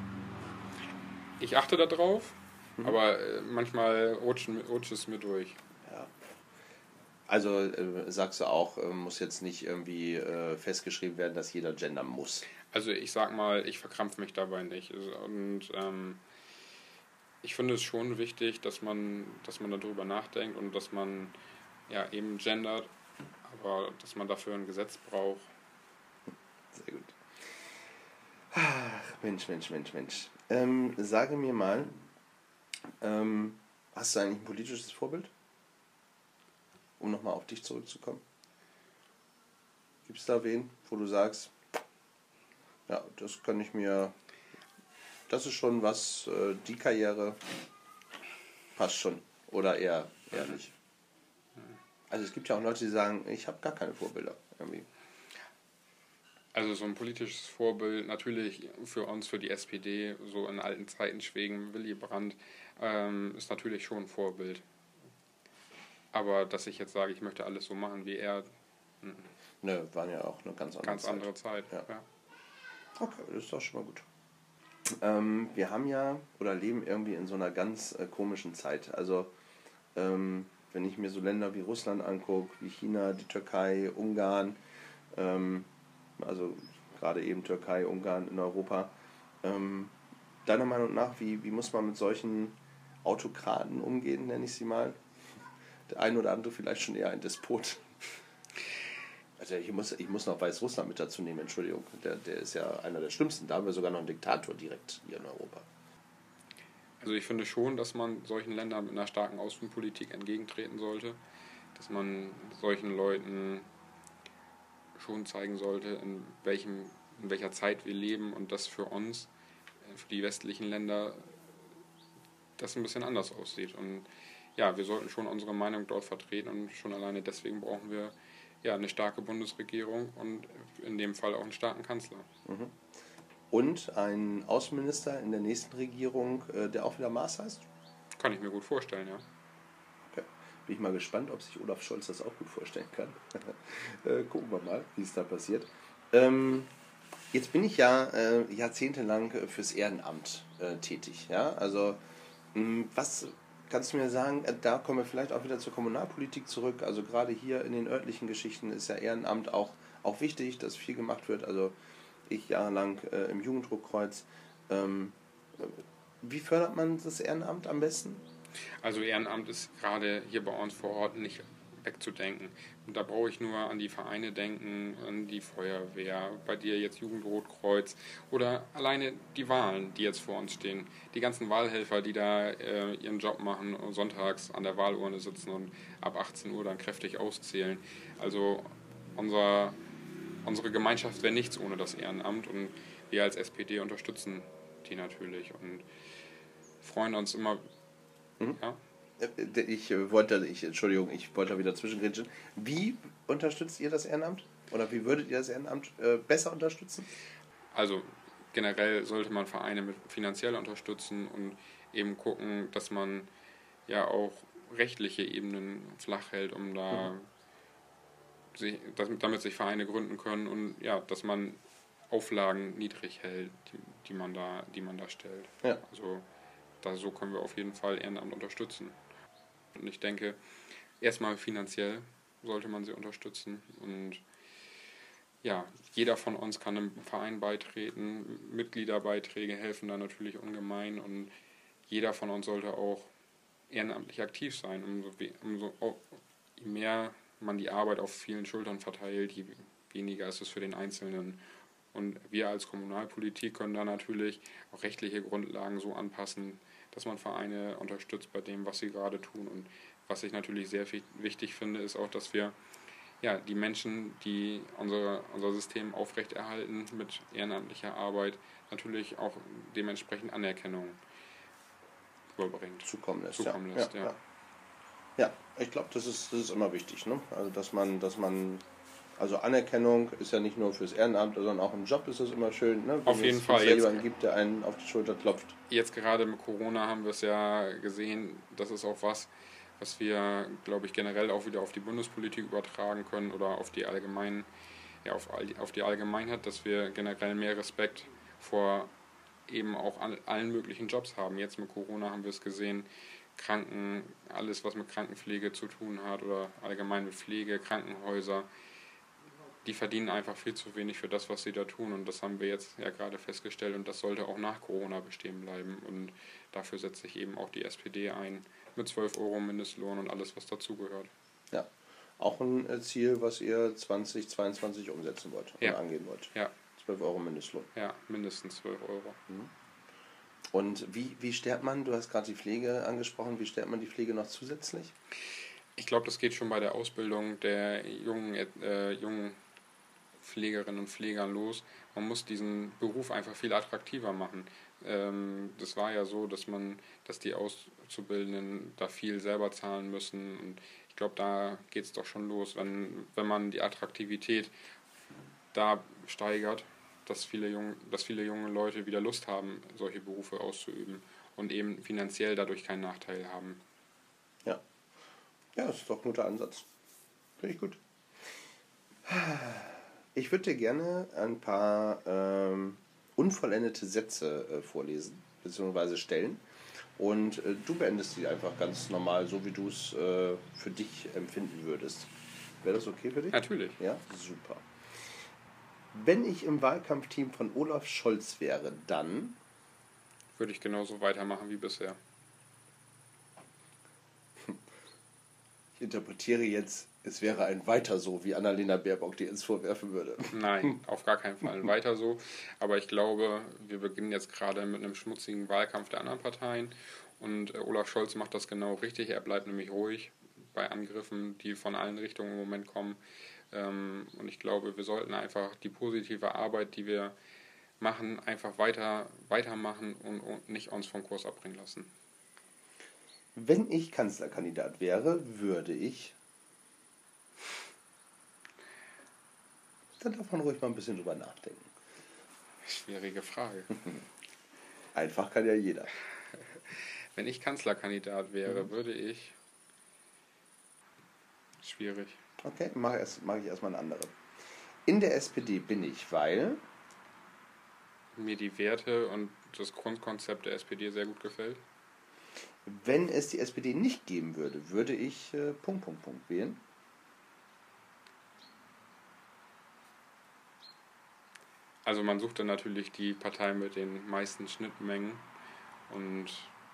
Ich achte da drauf, mhm. aber äh, manchmal rutscht, rutscht es mir durch. Ja. Also äh, sagst du auch, äh, muss jetzt nicht irgendwie äh, festgeschrieben werden, dass jeder gendern muss. Also ich sag mal, ich verkrampfe mich dabei nicht. Und ähm, ich finde es schon wichtig, dass man, dass man darüber nachdenkt und dass man ja eben gendert, aber dass man dafür ein Gesetz braucht. Sehr gut. Ach, Mensch, Mensch, Mensch, Mensch. Ähm, sage mir mal, ähm, hast du eigentlich ein politisches Vorbild? Um nochmal auf dich zurückzukommen. Gibt es da wen, wo du sagst, ja, das kann ich mir, das ist schon was, äh, die Karriere passt schon. Oder eher, eher nicht. Also es gibt ja auch Leute, die sagen, ich habe gar keine Vorbilder irgendwie. Also so ein politisches Vorbild, natürlich für uns, für die S P D, so in alten Zeiten Schweden, Willy Brandt, ähm, ist natürlich schon ein Vorbild. Aber dass ich jetzt sage, ich möchte alles so machen wie er, Nö, waren ja auch eine ganz andere ganz Zeit. andere Zeit. Ja. Ja. Okay, das ist doch schon mal gut. Ähm, wir haben ja, oder leben irgendwie in so einer ganz äh, komischen Zeit. Also, ähm, wenn ich mir so Länder wie Russland angucke, wie China, die Türkei, Ungarn, ähm, also gerade eben Türkei, Ungarn in Europa, ähm, deiner Meinung nach, wie, wie muss man mit solchen Autokraten umgehen, nenne ich sie mal? Der ein oder andere vielleicht schon eher ein Despot. Also ich muss, ich muss noch Weißrussland mit dazu nehmen, Entschuldigung. Der, der ist ja einer der schlimmsten. Da haben wir sogar noch einen Diktator direkt hier in Europa. Also ich finde schon, dass man solchen Ländern mit einer starken Außenpolitik entgegentreten sollte. Dass man solchen Leuten schon zeigen sollte, in, welchem, in welcher Zeit wir leben und dass für uns, für die westlichen Länder, das ein bisschen anders aussieht. Und ja, wir sollten schon unsere Meinung dort vertreten und schon alleine deswegen brauchen wir ja eine starke Bundesregierung und in dem Fall auch einen starken Kanzler. Mhm. Und ein Außenminister in der nächsten Regierung, der auch wieder Maas heißt? Kann ich mir gut vorstellen, ja. Okay. Bin ich mal gespannt, ob sich Olaf Scholz das auch gut vorstellen kann. äh, gucken wir mal, wie es da passiert. Ähm, jetzt bin ich ja äh, jahrzehntelang fürs Ehrenamt äh, tätig. Ja? Also, mh, was kannst du mir sagen, äh, da kommen wir vielleicht auch wieder zur Kommunalpolitik zurück. Also gerade hier in den örtlichen Geschichten ist ja Ehrenamt auch, auch wichtig, dass viel gemacht wird. Also ich jahrelang äh, im Jugenddruckkreuz. Ähm, wie fördert man das Ehrenamt am besten? Also Ehrenamt ist gerade hier bei uns vor Ort nicht wegzudenken. Und da brauche ich nur an die Vereine denken, an die Feuerwehr, bei dir jetzt Jugendrotkreuz oder alleine die Wahlen, die jetzt vor uns stehen. Die ganzen Wahlhelfer, die da äh, ihren Job machen und sonntags an der Wahlurne sitzen und ab achtzehn Uhr dann kräftig auszählen. Also unser Unsere Gemeinschaft wäre nichts ohne das Ehrenamt und wir als S P D unterstützen die natürlich und freuen uns immer. Mhm. Ja? Ich wollte, ich, Entschuldigung, ich wollte da wieder zwischengrätschen. Wie unterstützt ihr das Ehrenamt? Oder wie würdet ihr das Ehrenamt äh, besser unterstützen? Also generell sollte man Vereine mit finanziell unterstützen und eben gucken, dass man ja auch rechtliche Ebenen flach hält, um da mhm. sich, damit sich Vereine gründen können und ja, dass man Auflagen niedrig hält, die, die man da, die man da stellt. Ja. Also da, so können wir auf jeden Fall Ehrenamt unterstützen. Und ich denke, erstmal finanziell sollte man sie unterstützen und ja, jeder von uns kann einem Verein beitreten, Mitgliederbeiträge helfen da natürlich ungemein und jeder von uns sollte auch ehrenamtlich aktiv sein, umso, umso je mehr man die Arbeit auf vielen Schultern verteilt, je weniger ist es für den Einzelnen. Und wir als Kommunalpolitik können da natürlich auch rechtliche Grundlagen so anpassen, dass man Vereine unterstützt bei dem, was sie gerade tun. Und was ich natürlich sehr wichtig finde, ist auch, dass wir ja, die Menschen, die unsere, unser System aufrechterhalten mit ehrenamtlicher Arbeit, natürlich auch dementsprechend Anerkennung überbringt. Zukommen lässt. Zukommen lässt, ja. ja. ja. ja ich glaube, das ist, das ist immer wichtig, ne? Also dass man, dass man, also Anerkennung ist ja nicht nur fürs Ehrenamt, sondern auch im Job ist es immer schön, ne? Wenn auf jeden es, Fall. Wenn es jemanden gibt, der einen auf die Schulter klopft. Jetzt gerade mit Corona haben wir es ja gesehen, das ist auch was, was wir, glaube ich, generell auch wieder auf die Bundespolitik übertragen können oder auf die allgemeinen, ja, auf, auf die Allgemeinheit, dass wir generell mehr Respekt vor eben auch allen möglichen Jobs haben. Jetzt mit Corona haben wir es gesehen, Kranken, alles was mit Krankenpflege zu tun hat oder allgemein mit Pflege, Krankenhäuser, die verdienen einfach viel zu wenig für das, was sie da tun und das haben wir jetzt ja gerade festgestellt und das sollte auch nach Corona bestehen bleiben und dafür setzt sich eben auch die S P D ein mit zwölf Euro Mindestlohn und alles, was dazugehört. Ja, auch ein Ziel, was ihr zwanzig zweiundzwanzig umsetzen wollt und ja. angehen wollt. Ja. zwölf Euro Mindestlohn. Ja, mindestens zwölf Euro. Mhm. Und wie, wie stärkt man, du hast gerade die Pflege angesprochen, wie stärkt man die Pflege noch zusätzlich? Ich glaube, das geht schon bei der Ausbildung der jungen, äh, jungen Pflegerinnen und Pflegern los. Man muss diesen Beruf einfach viel attraktiver machen. Ähm, das war ja so, dass man, dass die Auszubildenden da viel selber zahlen müssen. Und ich glaube, da geht es doch schon los, wenn, wenn man die Attraktivität da steigert, dass viele, junge, dass viele junge Leute wieder Lust haben, solche Berufe auszuüben und eben finanziell dadurch keinen Nachteil haben. Ja, ja, das ist doch ein guter Ansatz. Finde ich gut. Ich würde dir gerne ein paar ähm, unvollendete Sätze äh, vorlesen, beziehungsweise stellen. Und äh, du beendest die einfach ganz normal, so wie du es äh, für dich empfinden würdest. Wäre das okay für dich? Natürlich. Ja, super. Wenn ich im Wahlkampfteam von Olaf Scholz wäre, dann würde ich genauso weitermachen wie bisher. Ich interpretiere jetzt Es wäre ein Weiter so, wie Annalena Baerbock dir ins vorwerfen würde. Nein, auf gar keinen Fall weiter so. Aber ich glaube, wir beginnen jetzt gerade mit einem schmutzigen Wahlkampf der anderen Parteien. Und äh, Olaf Scholz macht das genau richtig. Er bleibt nämlich ruhig bei Angriffen, die von allen Richtungen im Moment kommen. Ähm, und ich glaube, wir sollten einfach die positive Arbeit, die wir machen, einfach weiter weitermachen und, und nicht uns vom Kurs abbringen lassen. Wenn ich Kanzlerkandidat wäre, würde ich... Dann darf man ruhig mal ein bisschen drüber nachdenken. Schwierige Frage. Einfach kann ja jeder. Wenn ich Kanzlerkandidat wäre, mhm. würde ich... Schwierig. Okay, mache erst, mach ich erstmal eine andere. In der S P D bin ich, weil... mir die Werte und das Grundkonzept der S P D sehr gut gefällt. Wenn es die S P D nicht geben würde, würde ich äh, Punkt, Punkt, Punkt wählen. Also man sucht dann natürlich die Partei mit den meisten Schnittmengen und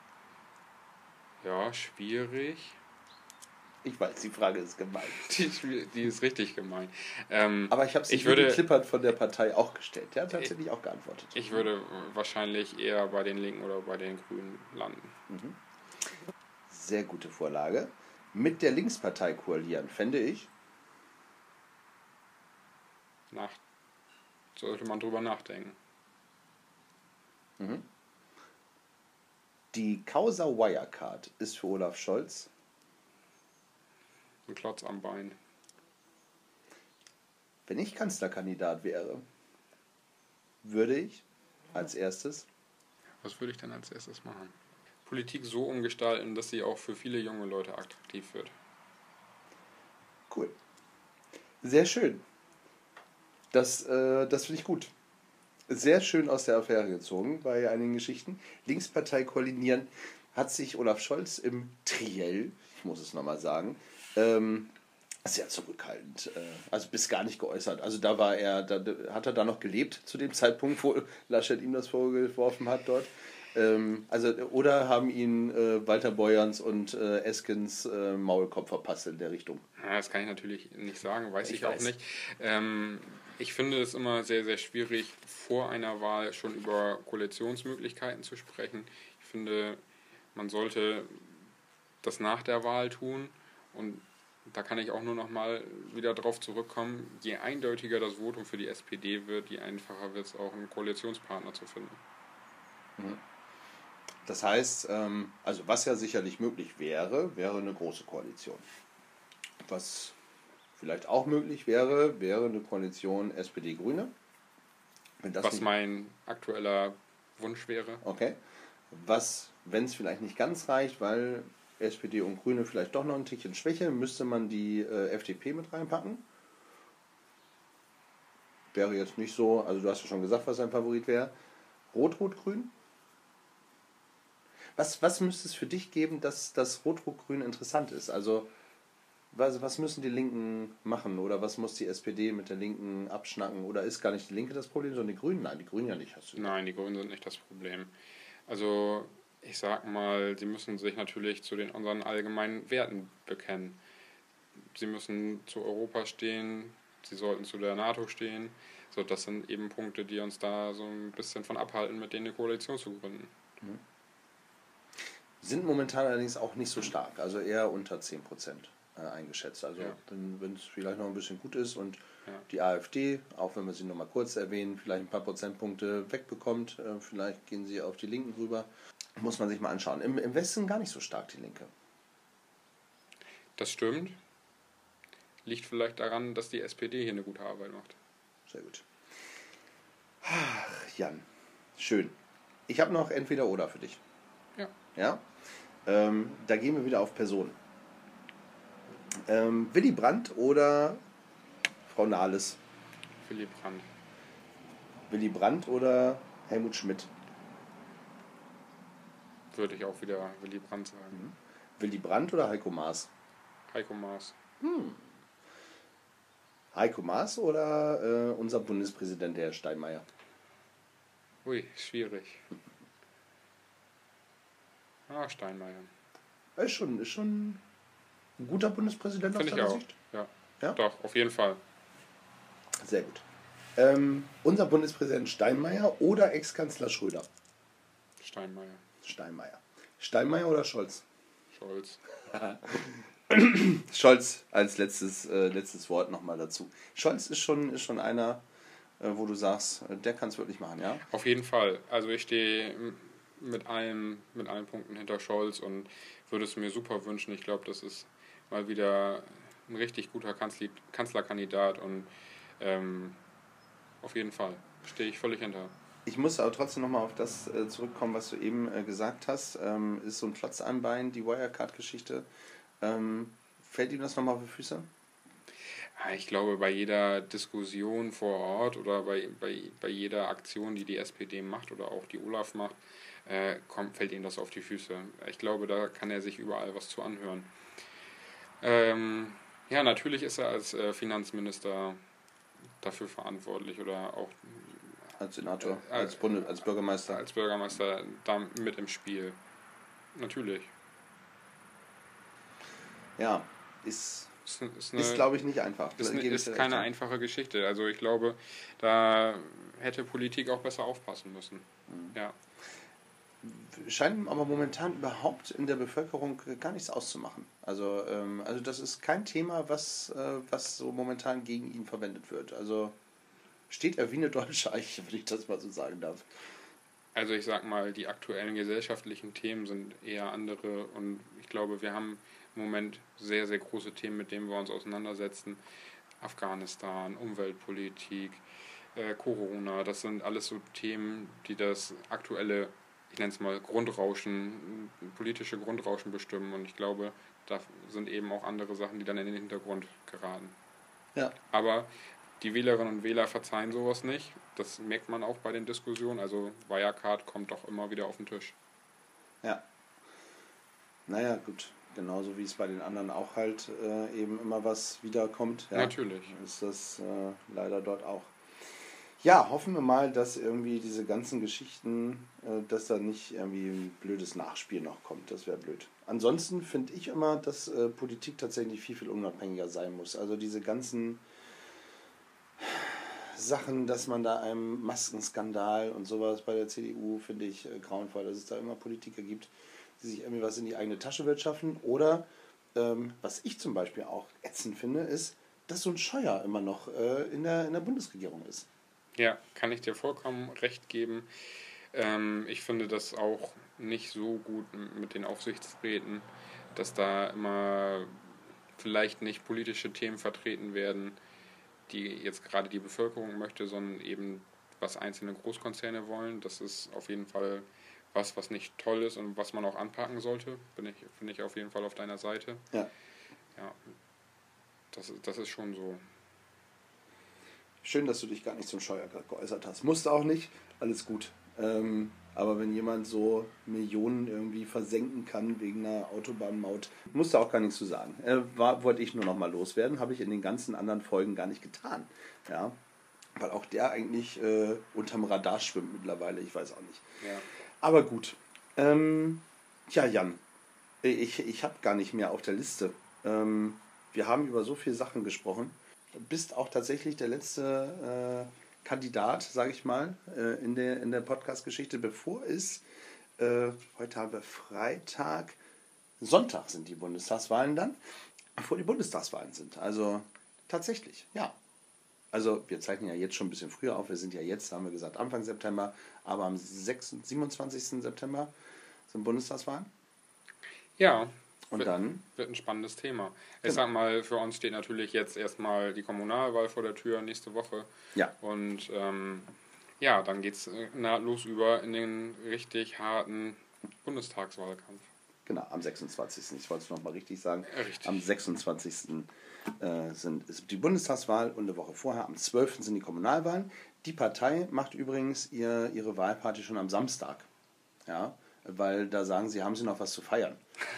ja, schwierig. Ich weiß, die Frage ist gemein. Die, die ist richtig gemein. Ähm, Aber ich habe sie klippert von der Partei auch gestellt. Der hat tatsächlich auch geantwortet. Ich würde wahrscheinlich eher bei den Linken oder bei den Grünen landen. Mhm. Sehr gute Vorlage. Mit der Linkspartei koalieren, fände ich. Nach, sollte man drüber nachdenken. Mhm. Die Causa Wirecard ist für Olaf Scholz ein Klotz am Bein. Wenn ich Kanzlerkandidat wäre, würde ich als erstes... Was würde ich denn als erstes machen? Politik so umgestalten, dass sie auch für viele junge Leute attraktiv wird. Cool. Sehr schön. Das, äh, das finde ich gut. Sehr schön aus der Affäre gezogen bei einigen Geschichten. Linkspartei koordinieren hat sich Olaf Scholz im Triell, ich muss es nochmal sagen, ähm, sehr zurückhaltend, äh, also bis gar nicht geäußert. Also da war er, da, hat er da noch gelebt zu dem Zeitpunkt, wo Laschet ihm das vorgeworfen hat dort. Ähm, also oder haben ihn äh, Walter Beuerns und äh, Eskens äh, Maulkorb verpasst in der Richtung. Ja, das kann ich natürlich nicht sagen, weiß ich, ich weiß. auch nicht. Ähm, ich finde es immer sehr, sehr schwierig, vor einer Wahl schon über Koalitionsmöglichkeiten zu sprechen. Ich finde, man sollte das nach der Wahl tun. Und da kann ich auch nur noch mal wieder drauf zurückkommen, je eindeutiger das Votum für die S P D wird, je einfacher wird es auch, einen Koalitionspartner zu finden. Das heißt, ähm, also was ja sicherlich möglich wäre, wäre eine große Koalition. Was vielleicht auch möglich wäre, wäre eine Koalition S P D-Grüne. Was mein aktueller Wunsch wäre. Okay. Was, wenn es vielleicht nicht ganz reicht, weil S P D und Grüne vielleicht doch noch ein Tickchen Schwäche, müsste man die äh, F D P mit reinpacken. Wäre jetzt nicht so, also du hast ja schon gesagt, was dein Favorit wäre. Rot-Rot-Grün? Was, was müsste es für dich geben, dass das Rot-Rot-Grün interessant ist? Also was, was müssen die Linken machen oder was muss die S P D mit der Linken abschnacken? Oder ist gar nicht die Linke das Problem, sondern die Grünen? Nein, die Grünen ja nicht. Hast du Nein, die Grünen sind nicht das Problem. Also ich sag mal, sie müssen sich natürlich zu den unseren allgemeinen Werten bekennen. Sie müssen zu Europa stehen, sie sollten zu der NATO stehen. So, das sind eben Punkte, die uns da so ein bisschen von abhalten, mit denen eine Koalition zu gründen. Mhm. Sind momentan allerdings auch nicht so stark, also eher unter zehn Prozent äh, eingeschätzt. Also ja. wenn es vielleicht noch ein bisschen gut ist und ja. die AfD, auch wenn wir sie noch mal kurz erwähnen, vielleicht ein paar Prozentpunkte wegbekommt, äh, vielleicht gehen sie auf die Linken rüber. Muss man sich mal anschauen. Im, Im Westen gar nicht so stark, die Linke. Das stimmt. Liegt vielleicht daran, dass die S P D hier eine gute Arbeit macht. Sehr gut. Ach, Jan, schön. Ich habe noch entweder oder für dich. Ja. Ja? Ähm, da gehen wir wieder auf Personen. Ähm, Willy Brandt oder Frau Nahles? Willy Brandt. Willy Brandt oder Helmut Schmidt? Würde ich auch wieder Willy Brandt sagen. Mhm. Willy Brandt oder Heiko Maas? Heiko Maas. Hm. Heiko Maas oder äh, unser Bundespräsident, der Herr Steinmeier? Ui, schwierig. Ah, Steinmeier. Ist schon, ist schon ein guter Bundespräsident aus Finde ich deiner auch. Sicht? Ja. Ja? Doch, auf jeden Fall. Sehr gut. Ähm, unser Bundespräsident Steinmeier oder Ex-Kanzler Schröder? Steinmeier. Steinmeier. Steinmeier oder Scholz? Scholz. Scholz als letztes, äh, letztes Wort nochmal dazu. Scholz ist schon, ist schon einer, äh, wo du sagst, äh, der kann es wirklich machen, ja? Auf jeden Fall. Also ich stehe mit allen, mit allen Punkten hinter Scholz und würde es mir super wünschen. Ich glaube, das ist mal wieder ein richtig guter Kanzli- Kanzlerkandidat und ähm, auf jeden Fall stehe ich völlig hinter. Ich muss aber trotzdem nochmal auf das äh, zurückkommen, was du eben äh, gesagt hast. Ähm, ist so ein Klotz am Bein, die Wirecard-Geschichte. Ähm, fällt ihm das nochmal auf die Füße? Ja, ich glaube, bei jeder Diskussion vor Ort oder bei, bei, bei jeder Aktion, die die S P D macht oder auch die Olaf macht, äh, kommt, fällt ihm das auf die Füße. Ich glaube, da kann er sich überall was zu anhören. Ähm, ja, natürlich ist er als äh, Finanzminister dafür verantwortlich oder auch Als Senator, äh, als, Bundes-, als Bürgermeister? als Bürgermeister da mit im Spiel. Natürlich. Ja, ist, Ist, ist, ist glaube ich, nicht einfach. Ist, Da gebe ich ist dir keine recht. einfache Geschichte. Also ich glaube, da hätte Politik auch besser aufpassen müssen. Mhm. Ja. Scheint aber momentan überhaupt in der Bevölkerung gar nichts auszumachen. Also, ähm, also das ist kein Thema, was, äh, was so momentan gegen ihn verwendet wird. Also steht er wie eine deutsche Eiche, wenn ich das mal so sagen darf. Also ich sag mal, die aktuellen gesellschaftlichen Themen sind eher andere und ich glaube, wir haben im Moment sehr, sehr große Themen, mit denen wir uns auseinandersetzen. Afghanistan, Umweltpolitik, äh, Corona, das sind alles so Themen, die das aktuelle, ich nenne es mal Grundrauschen, politische Grundrauschen bestimmen und ich glaube, da sind eben auch andere Sachen, die dann in den Hintergrund geraten. Ja. Aber die Wählerinnen und Wähler verzeihen sowas nicht. Das merkt man auch bei den Diskussionen. Also Wirecard kommt doch immer wieder auf den Tisch. Ja. Naja, gut. Genauso wie es bei den anderen auch halt äh, eben immer was wiederkommt. Ja, Natürlich. ist das äh, leider dort auch. Ja, hoffen wir mal, dass irgendwie diese ganzen Geschichten, äh, dass da nicht irgendwie ein blödes Nachspiel noch kommt. Das wäre blöd. Ansonsten finde ich immer, dass äh, Politik tatsächlich viel, viel unabhängiger sein muss. Also diese ganzen Sachen, dass man da einem Maskenskandal und sowas bei der C D U, finde ich äh, grauenvoll, dass es da immer Politiker gibt, die sich irgendwie was in die eigene Tasche wirtschaften. Oder, ähm, was ich zum Beispiel auch ätzend finde, ist, dass so ein Scheuer immer noch äh, in, der, in der Bundesregierung ist. Ja, kann ich dir vollkommen recht geben. Ähm, ich finde das auch nicht so gut mit den Aufsichtsräten, dass da immer vielleicht nicht politische Themen vertreten werden, die jetzt gerade die Bevölkerung möchte, sondern eben was einzelne Großkonzerne wollen. Das ist auf jeden Fall was, was nicht toll ist und was man auch anpacken sollte. Bin ich, bin ich auf jeden Fall auf deiner Seite. Ja. Ja, das, das ist schon so. Schön, dass du dich gar nicht zum Scheuer geäußert hast. Musst auch nicht, alles gut. Ähm, aber wenn jemand so Millionen irgendwie versenken kann wegen einer Autobahnmaut, musst du auch gar nichts zu sagen. Äh, war, wollte ich nur noch mal loswerden, habe ich in den ganzen anderen Folgen gar nicht getan. Ja, weil auch der eigentlich äh, unterm Radar schwimmt mittlerweile, ich weiß auch nicht. Ja. Aber gut. Ähm, tja, Jan, ich, ich habe gar nicht mehr auf der Liste. Ähm, wir haben über so viele Sachen gesprochen. Du bist auch tatsächlich der letzte äh, Kandidat, sage ich mal, äh, in der, in der Podcast-Geschichte, bevor es, äh, heute haben wir Freitag, Sonntag sind die Bundestagswahlen dann, bevor die Bundestagswahlen sind. Also tatsächlich, ja. Also wir zeichnen ja jetzt schon ein bisschen früher auf, wir sind ja jetzt, haben wir gesagt, Anfang September, aber am siebenundzwanzigsten September sind Bundestagswahlen. Ja. Und wird, dann? Wird ein spannendes Thema. Ich Genau. sag mal, für uns steht natürlich jetzt erstmal die Kommunalwahl vor der Tür nächste Woche. Ja. Und ähm, ja, dann geht es nahtlos über in den richtig harten Bundestagswahlkampf. Genau, am sechsundzwanzigsten Ich wollte es nochmal richtig sagen. Richtig. Am sechsundzwanzigsten Äh, sind, ist die Bundestagswahl und eine Woche vorher, am zwölften sind die Kommunalwahlen. Die Partei macht übrigens ihr, ihre Wahlparty schon am Samstag. Ja, weil da sagen sie, haben sie noch was zu feiern.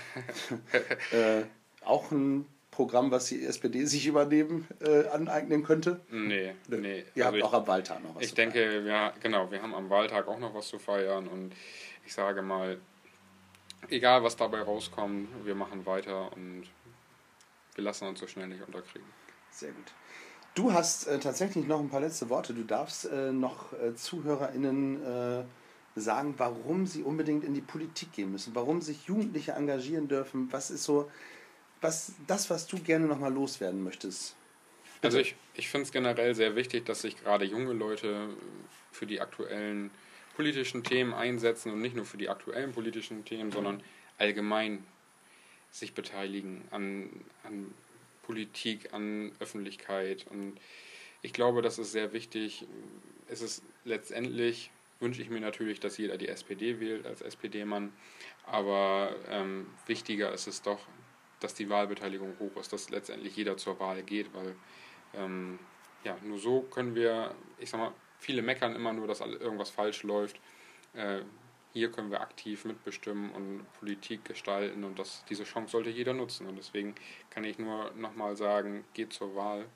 äh, auch ein Programm, was die S P D sich übernehmen, äh, aneignen könnte? Nee, nee. Ihr also habt ich, auch am Wahltag noch was Ich zu denke, feiern. wir, genau, wir haben am Wahltag auch noch was zu feiern und ich sage mal, egal was dabei rauskommt, wir machen weiter und wir lassen uns so schnell nicht unterkriegen. Sehr gut. Du hast äh, tatsächlich noch ein paar letzte Worte. Du darfst äh, noch äh, ZuhörerInnen äh, sagen, warum sie unbedingt in die Politik gehen müssen, warum sich Jugendliche engagieren dürfen. Was ist so was, das, was du gerne nochmal loswerden möchtest? Bitte. Also ich, ich finde es generell sehr wichtig, dass sich gerade junge Leute für die aktuellen politischen Themen einsetzen und nicht nur für die aktuellen politischen Themen, sondern allgemein sich beteiligen an, an Politik, an Öffentlichkeit. Und ich glaube, das ist sehr wichtig. Es ist letztendlich, wünsche ich mir natürlich, dass jeder die S P D wählt als S P D-Mann, aber ähm, wichtiger ist es doch, dass die Wahlbeteiligung hoch ist, dass letztendlich jeder zur Wahl geht, weil ähm, ja, nur so können wir, ich sag mal, viele meckern immer nur, dass irgendwas falsch läuft. Äh, Hier können wir aktiv mitbestimmen und Politik gestalten und das, diese Chance sollte jeder nutzen. Und deswegen kann ich nur nochmal sagen, geht zur Wahl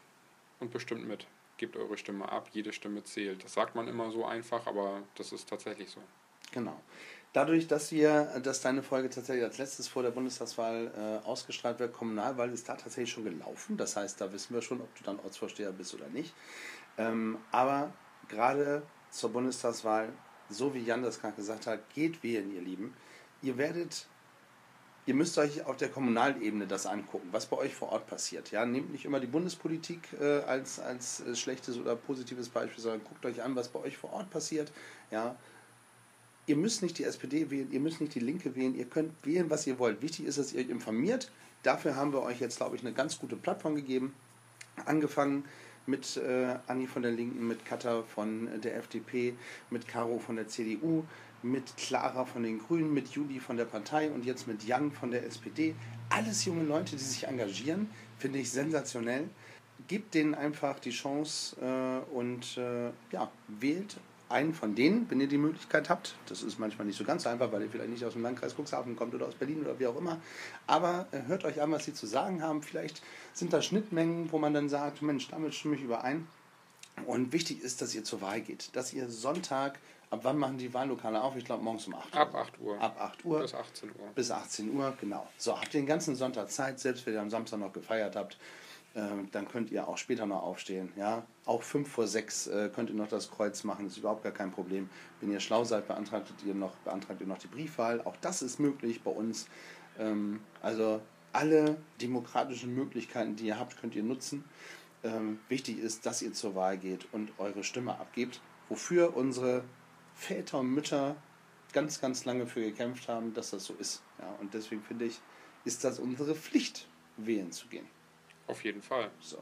und bestimmt mit. Gebt eure Stimme ab, jede Stimme zählt. Das sagt man immer so einfach, aber das ist tatsächlich so. Genau. Dadurch, dass wir, dass deine Folge tatsächlich als letztes vor der Bundestagswahl äh, ausgestrahlt wird, Kommunalwahl ist da tatsächlich schon gelaufen. Das heißt, da wissen wir schon, ob du dann Ortsvorsteher bist oder nicht. Ähm, aber gerade zur Bundestagswahl, so wie Jan das gerade gesagt hat, geht wählen, ihr Lieben. Ihr werdet, ihr müsst euch auf der Kommunalebene das angucken, was bei euch vor Ort passiert. Ja? Nehmt nicht immer die Bundespolitik äh, als, als äh, schlechtes oder positives Beispiel, sondern guckt euch an, was bei euch vor Ort passiert. Ja? Ihr müsst nicht die S P D wählen, ihr müsst nicht die Linke wählen, ihr könnt wählen, was ihr wollt. Wichtig ist, dass ihr euch informiert. Dafür haben wir euch jetzt, glaube ich, eine ganz gute Plattform gegeben. Angefangen mit äh, Anni von der Linken, mit Katha von der F D P, mit Caro von der C D U, mit Clara von den Grünen, mit Juli von der Partei und jetzt mit Jan von der S P D. Alles junge Leute, die sich engagieren, finde ich sensationell. Gebt denen einfach die Chance äh, und äh, ja, wählt einen von denen, wenn ihr die Möglichkeit habt. Das ist manchmal nicht so ganz einfach, weil ihr vielleicht nicht aus dem Landkreis Cuxhaven kommt oder aus Berlin oder wie auch immer. Aber äh, hört euch an, was sie zu sagen haben. Vielleicht sind da Schnittmengen, wo man dann sagt, Mensch, damit stimme ich überein. Und wichtig ist, dass ihr zur Wahl geht. Dass ihr Sonntag, ab wann machen die Wahllokale auf? Ich glaube morgens um acht Uhr. Ab acht Uhr. Ab acht Uhr. Bis achtzehn Uhr. Bis achtzehn Uhr, genau. So, habt ihr den ganzen Sonntag Zeit, selbst wenn ihr am Samstag noch gefeiert habt. Dann könnt ihr auch später noch aufstehen. Ja? Auch fünf vor sechs äh, könnt ihr noch das Kreuz machen, das ist überhaupt gar kein Problem. Wenn ihr schlau seid, beantragt ihr noch, beantragt ihr noch die Briefwahl. Auch das ist möglich bei uns. Ähm, also alle demokratischen Möglichkeiten, die ihr habt, könnt ihr nutzen. Ähm, wichtig ist, dass ihr zur Wahl geht und eure Stimme abgebt, wofür unsere Väter und Mütter ganz, ganz lange für gekämpft haben, dass das so ist. Ja? Und deswegen finde ich, ist das unsere Pflicht, wählen zu gehen. Auf jeden Fall. So.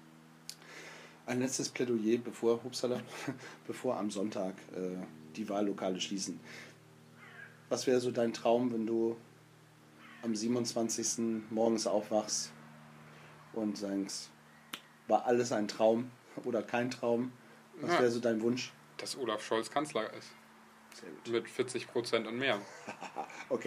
Ein letztes Plädoyer, bevor, upsala, bevor am Sonntag äh, die Wahllokale schließen. Was wäre so dein Traum, wenn du am siebenundzwanzigsten morgens aufwachst und sagst, war alles ein Traum oder kein Traum? Was Ja. wäre so dein Wunsch? Dass Olaf Scholz Kanzler ist. Sehr gut. Mit vierzig Prozent und mehr. Okay.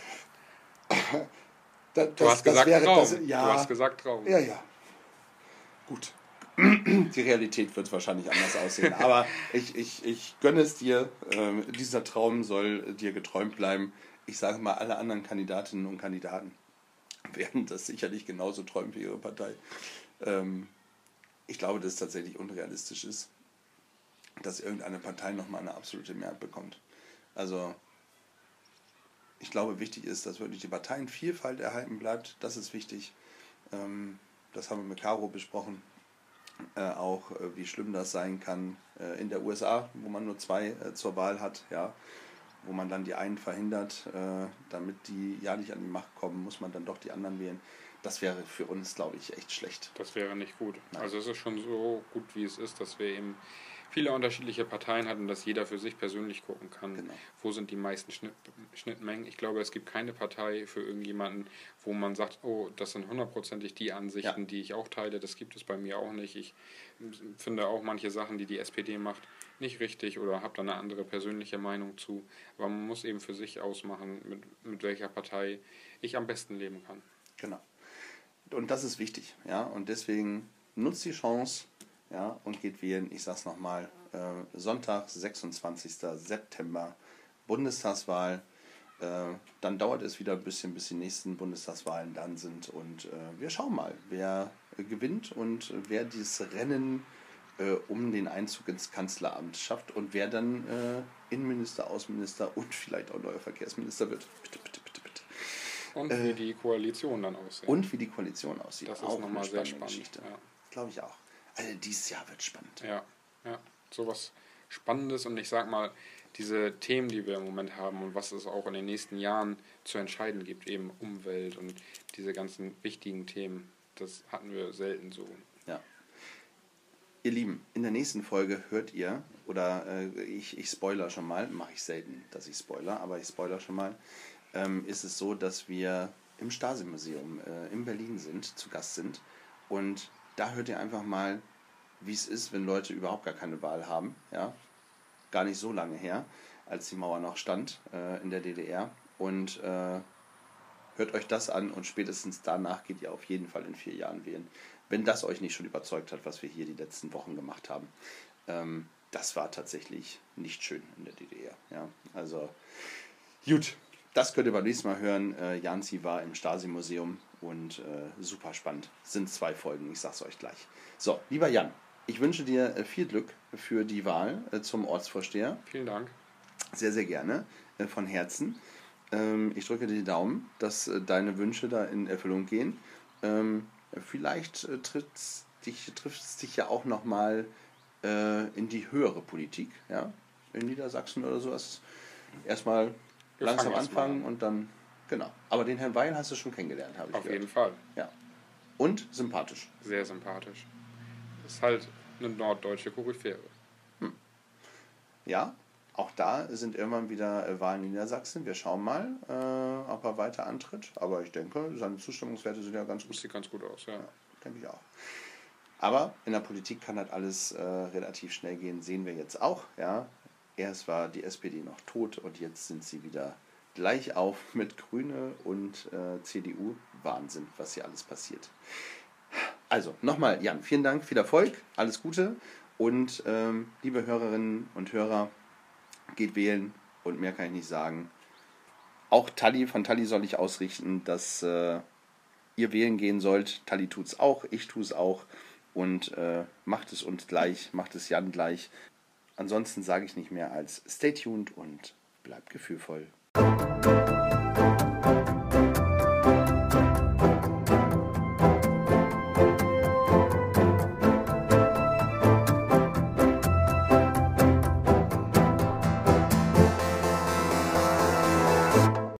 Das, Du hast das gesagt wäre, Traum. das, ja, Du hast gesagt Traum. Ja, ja. Gut. Die Realität wird wahrscheinlich anders aussehen. Aber ich, ich, ich gönne es dir. Ähm, dieser Traum soll dir geträumt bleiben. Ich sage mal, alle anderen Kandidatinnen und Kandidaten werden das sicherlich genauso träumen wie ihre Partei. Ähm, ich glaube, dass es tatsächlich unrealistisch ist, dass irgendeine Partei nochmal eine absolute Mehrheit bekommt. Also ich glaube, wichtig ist, dass wirklich die Parteienvielfalt erhalten bleibt. Das ist wichtig. Ähm, das haben wir mit Caro besprochen. Äh, auch äh, wie schlimm das sein kann äh, in der U S A, wo man nur zwei äh, zur Wahl hat, ja, wo man dann die einen verhindert, äh, damit die ja nicht an die Macht kommen, muss man dann doch die anderen wählen. Das wäre für uns, glaube ich, echt schlecht. Das wäre nicht gut. Nein. Also es ist schon so gut, wie es ist, dass wir eben viele unterschiedliche Parteien hatten, dass jeder für sich persönlich gucken kann, Genau. wo sind die meisten Schnitt, Schnittmengen. Ich glaube, es gibt keine Partei für irgendjemanden, wo man sagt, oh, das sind hundertprozentig die Ansichten, Ja. die ich auch teile. Das gibt es bei mir auch nicht. Ich finde auch manche Sachen, die die S P D macht, nicht richtig oder habe da eine andere persönliche Meinung zu. Aber man muss eben für sich ausmachen, mit, mit welcher Partei ich am besten leben kann. Genau. Und das ist wichtig, ja. Und deswegen nutzt die Chance, ja, und geht wählen. Ich sage es nochmal, äh, Sonntag, sechsundzwanzigsten September, Bundestagswahl. Äh, dann dauert es wieder ein bisschen, bis die nächsten Bundestagswahlen dann sind. Und äh, wir schauen mal, wer äh, gewinnt und äh, wer dieses Rennen äh, um den Einzug ins Kanzleramt schafft und wer dann äh, Innenminister, Außenminister und vielleicht auch neuer Verkehrsminister wird. Bitte, bitte, bitte, bitte. Und Äh, wie die Koalition dann aussieht. Und wie die Koalition aussieht. Das ist auch nochmal eine sehr spannende spannend. Geschichte. Ja. Glaube ich auch. Also dieses Jahr wird spannend. Ja, ja. Sowas Spannendes und ich sag mal, diese Themen, die wir im Moment haben und was es auch in den nächsten Jahren zu entscheiden gibt, eben Umwelt und diese ganzen wichtigen Themen, das hatten wir selten so. Ja. Ihr Lieben, in der nächsten Folge hört ihr, oder äh, ich, ich spoiler schon mal, mache ich selten, dass ich spoiler, aber ich spoiler schon mal, ähm, ist es so, dass wir im Stasi-Museum äh, in Berlin sind, zu Gast sind. Und da hört ihr einfach mal, wie es ist, wenn Leute überhaupt gar keine Wahl haben. Ja? Gar nicht so lange her, als die Mauer noch stand äh, in der D D R. Und äh, hört euch das an und spätestens danach geht ihr auf jeden Fall in vier Jahren wählen. Wenn das euch nicht schon überzeugt hat, was wir hier die letzten Wochen gemacht haben. Ähm, das war tatsächlich nicht schön in der D D R. Ja? Also gut, das könnt ihr beim nächsten Mal hören. Äh, Janzi war im Stasi-Museum und äh, super spannend. Sind zwei Folgen, ich sag's euch gleich. So, lieber Jan, ich wünsche dir äh, viel Glück für die Wahl äh, zum Ortsvorsteher. Vielen Dank. Sehr, sehr gerne, äh, von Herzen. Ähm, ich drücke dir die Daumen, dass äh, deine Wünsche da in Erfüllung gehen. Ähm, vielleicht äh, tritt's dich, trifft es dich ja auch nochmal äh, in die höhere Politik, ja? In Niedersachsen oder sowas. Erstmal Wir langsam fangen erst mal anfangen an. und dann, genau. Aber den Herrn Weil hast du schon kennengelernt, habe ich Auf gehört. jeden Fall. Ja. Und sympathisch. Sehr sympathisch. Ist halt eine norddeutsche Koryphäre. Ja, auch da sind irgendwann wieder äh, Wahlen in Niedersachsen. Wir schauen mal, äh, ob er weiter antritt. Aber ich denke, seine Zustimmungswerte sind ja ganz gut. Sieht ganz gut aus, ja. Ja, denke ich auch. Aber in der Politik kann halt alles äh, relativ schnell gehen, sehen wir jetzt auch. Ja. Erst war die S P D noch tot und jetzt sind sie wieder gleich auf mit Grüne und äh, C D U. Wahnsinn, was hier alles passiert. Also, nochmal, Jan, vielen Dank, viel Erfolg, alles Gute und ähm, liebe Hörerinnen und Hörer, geht wählen und mehr kann ich nicht sagen. Auch Tali, von Tali soll ich ausrichten, dass äh, ihr wählen gehen sollt. Tali tut's auch, ich tu's auch und äh, macht es uns gleich, macht es Jan gleich. Ansonsten sage ich nicht mehr als stay tuned und bleibt gefühlvoll.